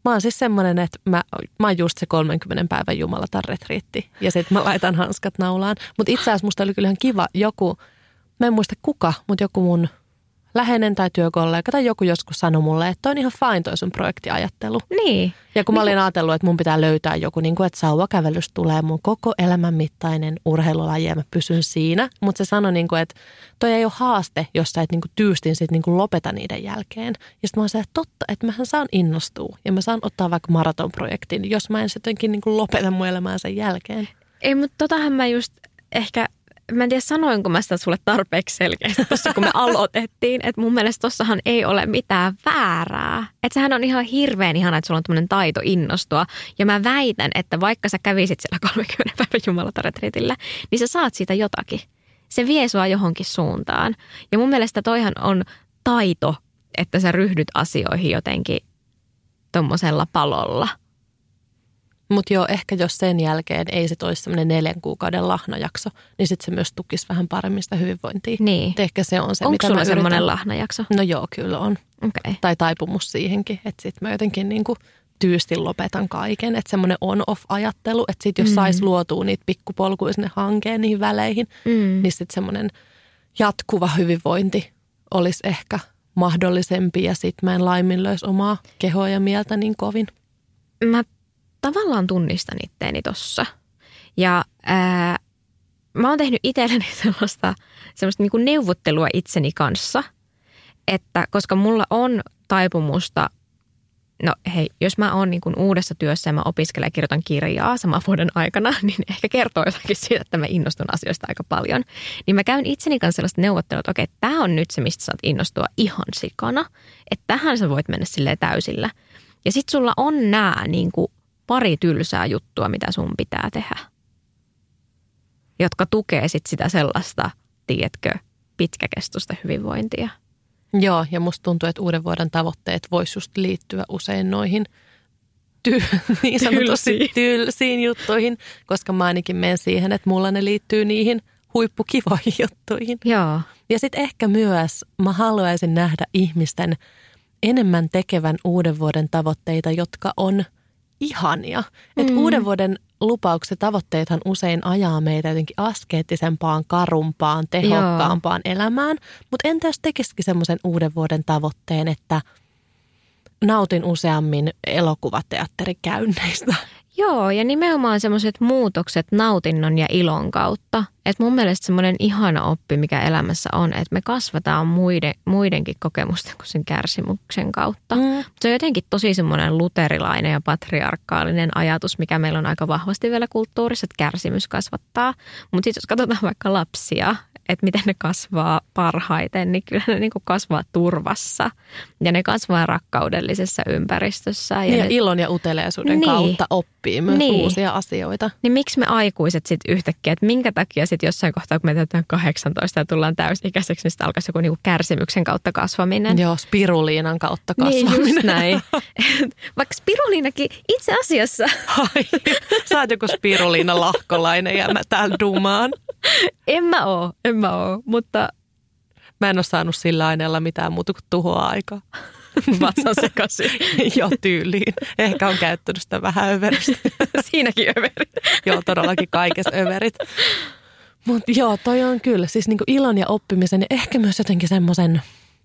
Mä oon siis semmoinen, että mä, mä oon just se kolmenkymmenen päivän jumalatar retriitti ja sitten mä laitan hanskat naulaan. Mutta itse asiassa musta oli kyllä ihan kiva joku, mä en muista kuka, mutta joku mun läheinen tai työkollega tai joku joskus sanoi mulle, että toi on ihan fine toi sun projektiajattelu. Niin. Ja kun mä niin. olin ajatellut, että mun pitää löytää joku, niin kuin, että sauvakävelystä tulee mun koko elämän mittainen urheilulaji ja mä pysyn siinä. Mutta se sanoi, niin kuin, että toi ei ole haaste, jos sä et niin kuin tyystin sit niin kuin lopeta niiden jälkeen. Ja sitten mä oon se, että totta, että mähän saan innostua ja mä saan ottaa vaikka maratonprojektin, jos mä en sitten jotenkin niin kuin lopeta mun elämää sen jälkeen. Ei, mutta totahan mä just ehkä... Mä en tiedä, sanoinko mä sitä sulle tarpeeksi selkeästi tuossa, kun me aloitettiin, että mun mielestä tossahan ei ole mitään väärää. Että sehän on ihan hirveän ihana, että sulla on tämmöinen taito innostua. Ja mä väitän, että vaikka sä kävisit siellä kolmenkymmenen päivän jumalataretriitillä, niin sä saat siitä jotakin. Se vie sua johonkin suuntaan. Ja mun mielestä toihan on taito, että sä ryhdyt asioihin jotenkin tommosella palolla. Mutta joo, ehkä jos sen jälkeen ei se olisi semmoinen neljän kuukauden lahnajakso, niin sitten se myös tukisi vähän paremmin sitä hyvinvointia. Niin. Et ehkä se on se, onko mitä sulla mä semmoinen yritän. lahnajakso? No joo, kyllä on. Okay. Tai taipumus siihenkin, että sitten mä jotenkin niinku tyystin lopetan kaiken. Että semmoinen on-off-ajattelu, että sitten jos mm. saisi luotua niitä pikkupolkuja sinne hankeen niihin väleihin, mm. niin sitten semmoinen jatkuva hyvinvointi olisi ehkä mahdollisempi ja sitten mä en laiminlöisi omaa kehoa ja mieltä niin kovin. Mä tavallaan tunnistan itteeni tossa. Ja ää, mä oon tehnyt itselleni sellaista, sellaista niin kuin neuvottelua itseni kanssa, että koska mulla on taipumusta, no hei, jos mä oon niin kuin uudessa työssä ja mä opiskelen ja kirjoitan kirjaa saman vuoden aikana, niin ehkä kertoo jotakin siitä, että mä innostun asioista aika paljon. Niin mä käyn itseni kanssa sellaista neuvottelua, että okei, tää on nyt se, mistä saat innostua ihan sikana, että tähän sä voit mennä silleen täysillä. Ja sit sulla on nää niin kuin pari tylsää juttua, mitä sun pitää tehdä, jotka tukee sit sitä sellaista, tiedätkö, pitkäkestoista hyvinvointia. Joo, ja musta tuntuu, että uuden vuoden tavoitteet vois just liittyä usein noihin ty- niin sanotusti tylsiin juttuihin, koska mä ainakin menen siihen, että mulla ne liittyy niihin huippukivoihin juttuihin. Joo. Ja sitten ehkä myös mä haluaisin nähdä ihmisten enemmän tekevän uuden vuoden tavoitteita, jotka on ihania. Että mm. uuden vuoden lupaukset, tavoitteethan usein ajaa meitä jotenkin askeettisempaan, karumpaan, tehokkaampaan Joo. elämään. Mutta entä jos tekisikin semmoisen uuden vuoden tavoitteen, että nautin useammin elokuvateatterikäynneistä? Joo, ja nimenomaan semmoiset muutokset nautinnon ja ilon kautta. Että mun mielestä semmoinen ihana oppi, mikä elämässä on, että me kasvataan muiden, muidenkin kokemusten kuin sen kärsimyksen kautta. Mm. Se on jotenkin tosi semmoinen luterilainen ja patriarkaalinen ajatus, mikä meillä on aika vahvasti vielä kulttuurissa, että kärsimys kasvattaa. Mutta sitten jos katsotaan vaikka lapsia, että miten ne kasvaa parhaiten, niin kyllä ne niinku kasvaa turvassa ja ne kasvaa rakkaudellisessa ympäristössä. Ja, niin ja ne... ilon ja uteliaisuuden niin. kautta oppii myös niin. uusia asioita. Niin miksi me aikuiset sitten yhtäkkiä, että minkä takia sitten jossain kohtaa, kun me täytetään kahdeksantoista ja tullaan täysikäiseksi, niin sitten alkaisi joku niinku kärsimyksen kautta kasvaminen. Joo, spiruliinan kautta kasvaminen. Niin just näin. Vaikka spiruliinakin itse asiassa. Ai, sä oot joku spiruliina lahkolainen ja mä täällä dumaan. En mä oo, en mä oo, mutta... Mä en ole saanut sillä aineella mitään muuta kuin tuhoa aikaa. Vatsan sekaisin. Joo, tyyliin. Ehkä on käyttänyt sitä vähän överistä. Siinäkin överit. Joo, todellakin kaikessa överit. Mutta joo, toi on kyllä. Siis niinku ilon ja oppimisen ja ehkä myös jotenkin semmoisen,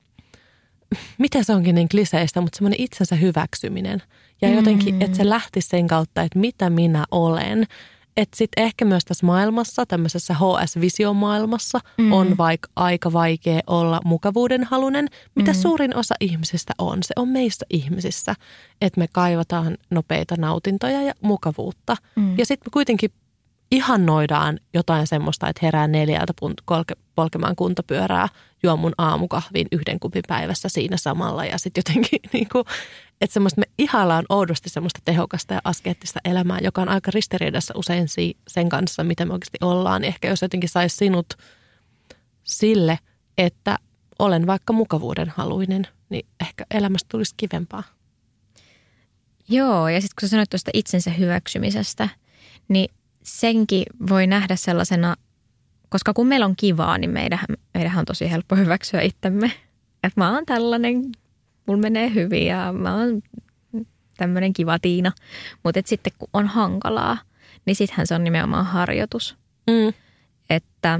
miten se onkin niin kliseistä, mutta semmoinen itsensä hyväksyminen. Ja jotenkin, mm. että se lähtisi sen kautta, että mitä minä olen. Että sitten ehkä myös tässä maailmassa, tämmöisessä H S-visiomaailmassa mm. on vaikka aika vaikea olla mukavuudenhalunen, mitä mm. suurin osa ihmisistä on. Se on meissä ihmisissä, että me kaivataan nopeita nautintoja ja mukavuutta. Mm. Ja sitten me kuitenkin ihannoidaan jotain semmoista, että herää neljältä polkemaan kuntopyörää, juo mun aamukahviin yhden kupin päivässä siinä samalla. Ja sitten jotenkin niin kuin, että semmoista me ihaillaan oudosti semmoista tehokasta ja askeettista elämää, joka on aika ristiriidassa usein sen kanssa, mitä me oikeasti ollaan. Ehkä jos jotenkin saisi sinut sille, että olen vaikka mukavuudenhaluinen, niin ehkä elämästä tulisi kivempaa. Joo, ja sitten kun sä sanoit tuosta itsensä hyväksymisestä, niin senkin voi nähdä sellaisena, koska kun meillä on kivaa, niin meidähän, meidähän on tosi helppo hyväksyä itsemme. Että mä oon tällainen, mulla menee hyvin ja mä oon tämmöinen kiva Tiina. Mutta sitten kun on hankalaa, niin sittenhän se on nimenomaan harjoitus. Mm. Että,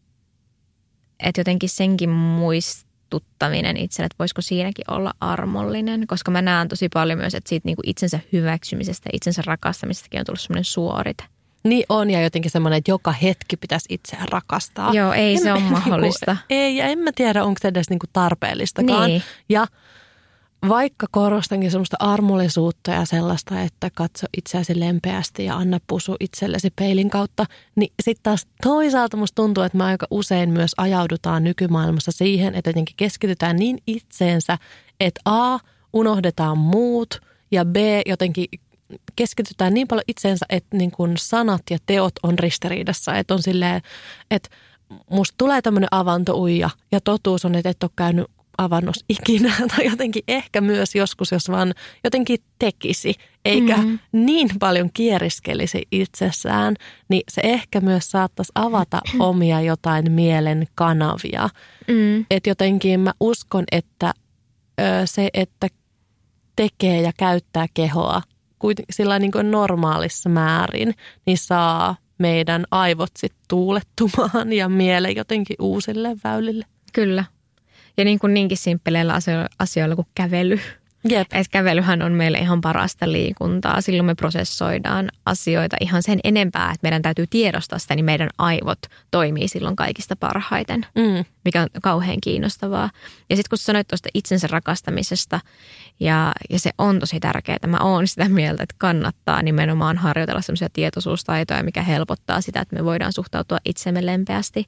että jotenkin senkin muistuttaminen itselle, että voisiko siinäkin olla armollinen. Koska mä näen tosi paljon myös, että siitä niinku itsensä hyväksymisestä ja itsensä rakastamisestakin on tullut semmoinen suorite. Niin on, ja jotenkin semmoinen, että joka hetki pitäisi itseään rakastaa. Joo, ei en, se ole niinku, mahdollista. Ei, ja en mä tiedä, onko se edes niinku tarpeellistakaan. Niin. Ja vaikka korostankin semmoista armollisuutta ja sellaista, että katso itseäsi lempeästi ja anna pusu itsellesi peilin kautta, niin sitten taas toisaalta musta tuntuu, että me aika usein myös ajaudutaan nykymaailmassa siihen, että jotenkin keskitytään niin itseensä, että A, unohdetaan muut ja B, jotenkin keskitytään niin paljon itseensä, että niin kuin sanat ja teot on ristiriidassa. Että on silleen, että musta tulee tämmöinen avantouija ja totuus on, että et ole käynyt avannossa ikinä. Tai jotenkin ehkä myös joskus, jos vaan jotenkin tekisi, eikä mm-hmm. niin paljon kieriskelisi itsessään, niin se ehkä myös saattaisi avata omia jotain mielen kanavia. Mm. Että jotenkin mä uskon, että ö, se, että tekee ja käyttää kehoa sillä niin kuin normaalissa määrin, niin saa meidän aivot sitten tuulettumaan ja mielen jotenkin uusille väylille. Kyllä. Ja niin kuin niinkin simppeleillä asioilla kuin kävely. Jep. Et kävelyhän on meille ihan parasta liikuntaa. Silloin me prosessoidaan asioita ihan sen enempää, että meidän täytyy tiedostaa sitä, niin meidän aivot toimii silloin kaikista parhaiten, mm. mikä on kauhean kiinnostavaa. Ja sitten kun sanoit tuosta itsensä rakastamisesta, ja, ja se on tosi tärkeää, mä oon sitä mieltä, että kannattaa nimenomaan harjoitella sellaisia tietoisuustaitoja, mikä helpottaa sitä, että me voidaan suhtautua itsemme lempeästi.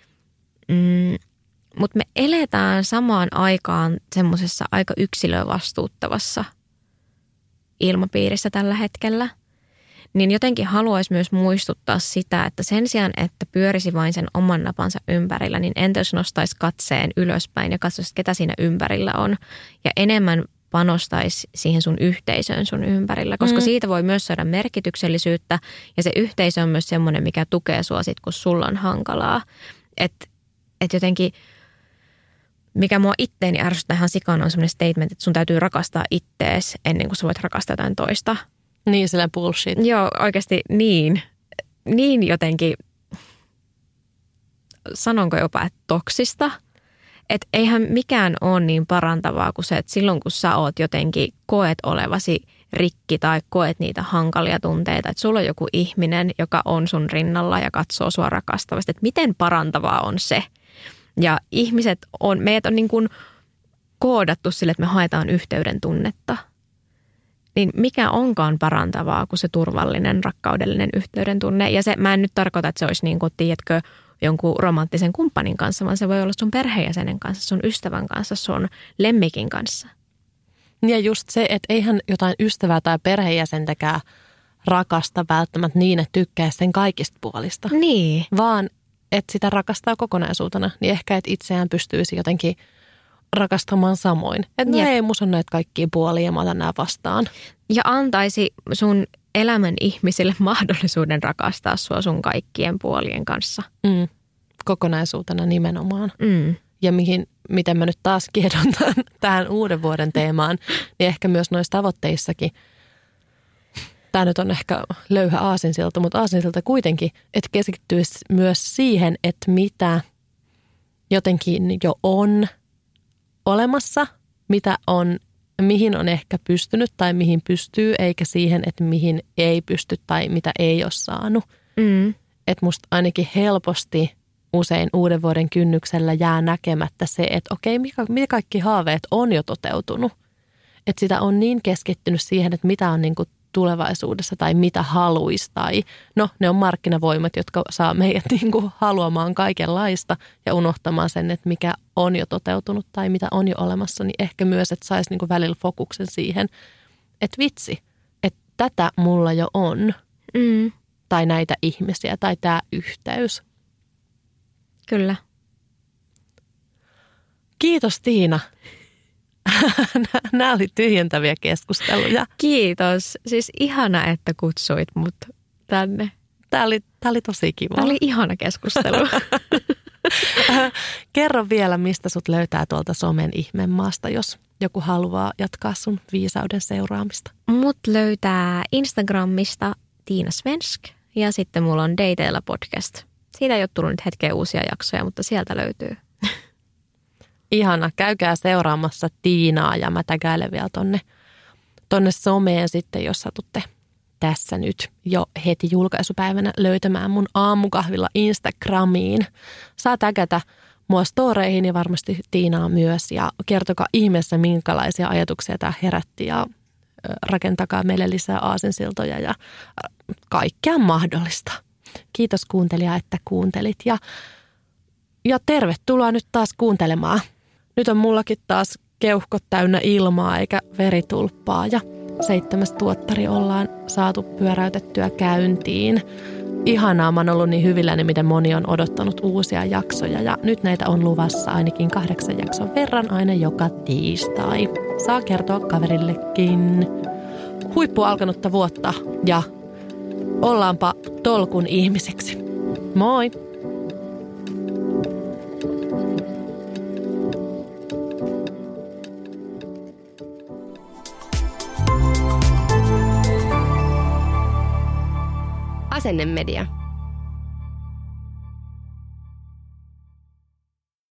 Mm. Mutta me eletään samaan aikaan semmoisessa aika yksilövastuuttavassa ilmapiirissä tällä hetkellä. Niin jotenkin haluaisi myös muistuttaa sitä, että sen sijaan, että pyörisi vain sen oman napansa ympärillä, niin entä jos nostaisi katseen ylöspäin ja katsoisi, ketä siinä ympärillä on. Ja enemmän panostaisi siihen sun yhteisöön sun ympärillä, koska mm. siitä voi myös saada merkityksellisyyttä. Ja se yhteisö on myös semmoinen, mikä tukee sua sit, kun sulla on hankalaa. Että et jotenkin... Mikä mua itteeni ärsyttää ihan sikana on semmoinen statement, että sun täytyy rakastaa ittees ennen kuin sä voit rakastaa jotain toista. Niin, sellainen bullshit. Joo, oikeasti niin. Niin jotenkin, sanonko jopa, että toksista. Että eihän mikään ole niin parantavaa kuin se, että silloin kun sä oot jotenkin, koet olevasi rikki tai koet niitä hankalia tunteita, että sulla on joku ihminen, joka on sun rinnalla ja katsoo sua rakastavasti, että miten parantavaa on se. Ja ihmiset on, meidät on niin kuin koodattu sille, että me haetaan yhteyden tunnetta. Niin mikä onkaan parantavaa kuin se turvallinen, rakkaudellinen yhteyden tunne. Ja se, mä en nyt tarkoita, että se olisi niin kuin, tiedätkö, jonkun romanttisen kumppanin kanssa, vaan se voi olla sun perheenjäsenen kanssa, sun ystävän kanssa, sun lemmikin kanssa. Ja just se, että eihän jotain ystävää tai perheenjäsentäkään rakasta välttämättä niin, että tykkää sen kaikista puolista. Niin. Vaan että sitä rakastaa kokonaisuutena, niin ehkä et itseään pystyisi jotenkin rakastamaan samoin. Että no ei, musta on näitä kaikkia puolia ja mä otan nämä vastaan. Ja antaisi sun elämän ihmisille mahdollisuuden rakastaa sua sun kaikkien puolien kanssa. Mm. Kokonaisuutena nimenomaan. Mm. Ja mihin, miten mä nyt taas kiedon tämän, tähän uuden vuoden teemaan, niin ehkä myös noissa tavoitteissakin. Tämä nyt on ehkä löyhä aasinsilta, mutta aasinsilta kuitenkin, että keskittyisi myös siihen, että mitä jotenkin jo on olemassa, mitä on, mihin on ehkä pystynyt tai mihin pystyy, eikä siihen, että mihin ei pysty tai mitä ei ole saanut. Mm. Että musta ainakin helposti usein uuden vuoden kynnyksellä jää näkemättä se, että okei, mikä, mitä kaikki haaveet on jo toteutunut. Että sitä on niin keskittynyt siihen, että mitä on niin kuin tulevaisuudessa tai mitä haluaisi tai no ne on markkinavoimat, jotka saa meidät niin kuin haluamaan kaikenlaista ja unohtamaan sen, että mikä on jo toteutunut tai mitä on jo olemassa, niin ehkä myös, että saisi niin kuin välillä fokuksen siihen, että vitsi, että tätä mulla jo on mm. tai näitä ihmisiä tai tämä yhteys. Kyllä. Kiitos Tiina. Nämä oli tyhjentäviä keskusteluja. Kiitos. Siis ihana, että kutsuit mut tänne. Tämä oli, tämä oli tosi kiva. Tämä oli ihana keskustelu. Kerro vielä, mistä sut löytää tuolta somen ihmemaasta, jos joku haluaa jatkaa sun viisauden seuraamista? Mut löytää Instagramista Tiina Svensk ja sitten mulla on Dateilla podcast. Siitä ei ole tullut nyt hetkeä uusia jaksoja, mutta sieltä löytyy. Ihana, käykää seuraamassa Tiinaa ja mä tägäilen vielä tonne, tonne someen sitten, jos satutte tässä nyt jo heti julkaisupäivänä löytämään mun aamukahvilla Instagramiin. Saa tägätä mua storeihin ja varmasti Tiinaa myös ja kertokaa ihmeessä, minkälaisia ajatuksia tämä herätti ja rakentakaa meille lisää aasinsiltoja ja kaikkea mahdollista. Kiitos kuuntelija, että kuuntelit ja, ja tervetuloa nyt taas kuuntelemaan. Nyt on mullakin taas keuhkot täynnä ilmaa eikä veritulppaa ja seitsemäs tuottari ollaan saatu pyöräytettyä käyntiin. Ihanaa, mä oon ollut niin hyvilläni, miten moni on odottanut uusia jaksoja ja nyt näitä on luvassa ainakin kahdeksan jakson verran aina joka tiistai. Saa kertoa kaverillekin. Huippu alkanutta vuotta ja ollaanpa tolkun ihmiseksi. Moi! Asenne Media.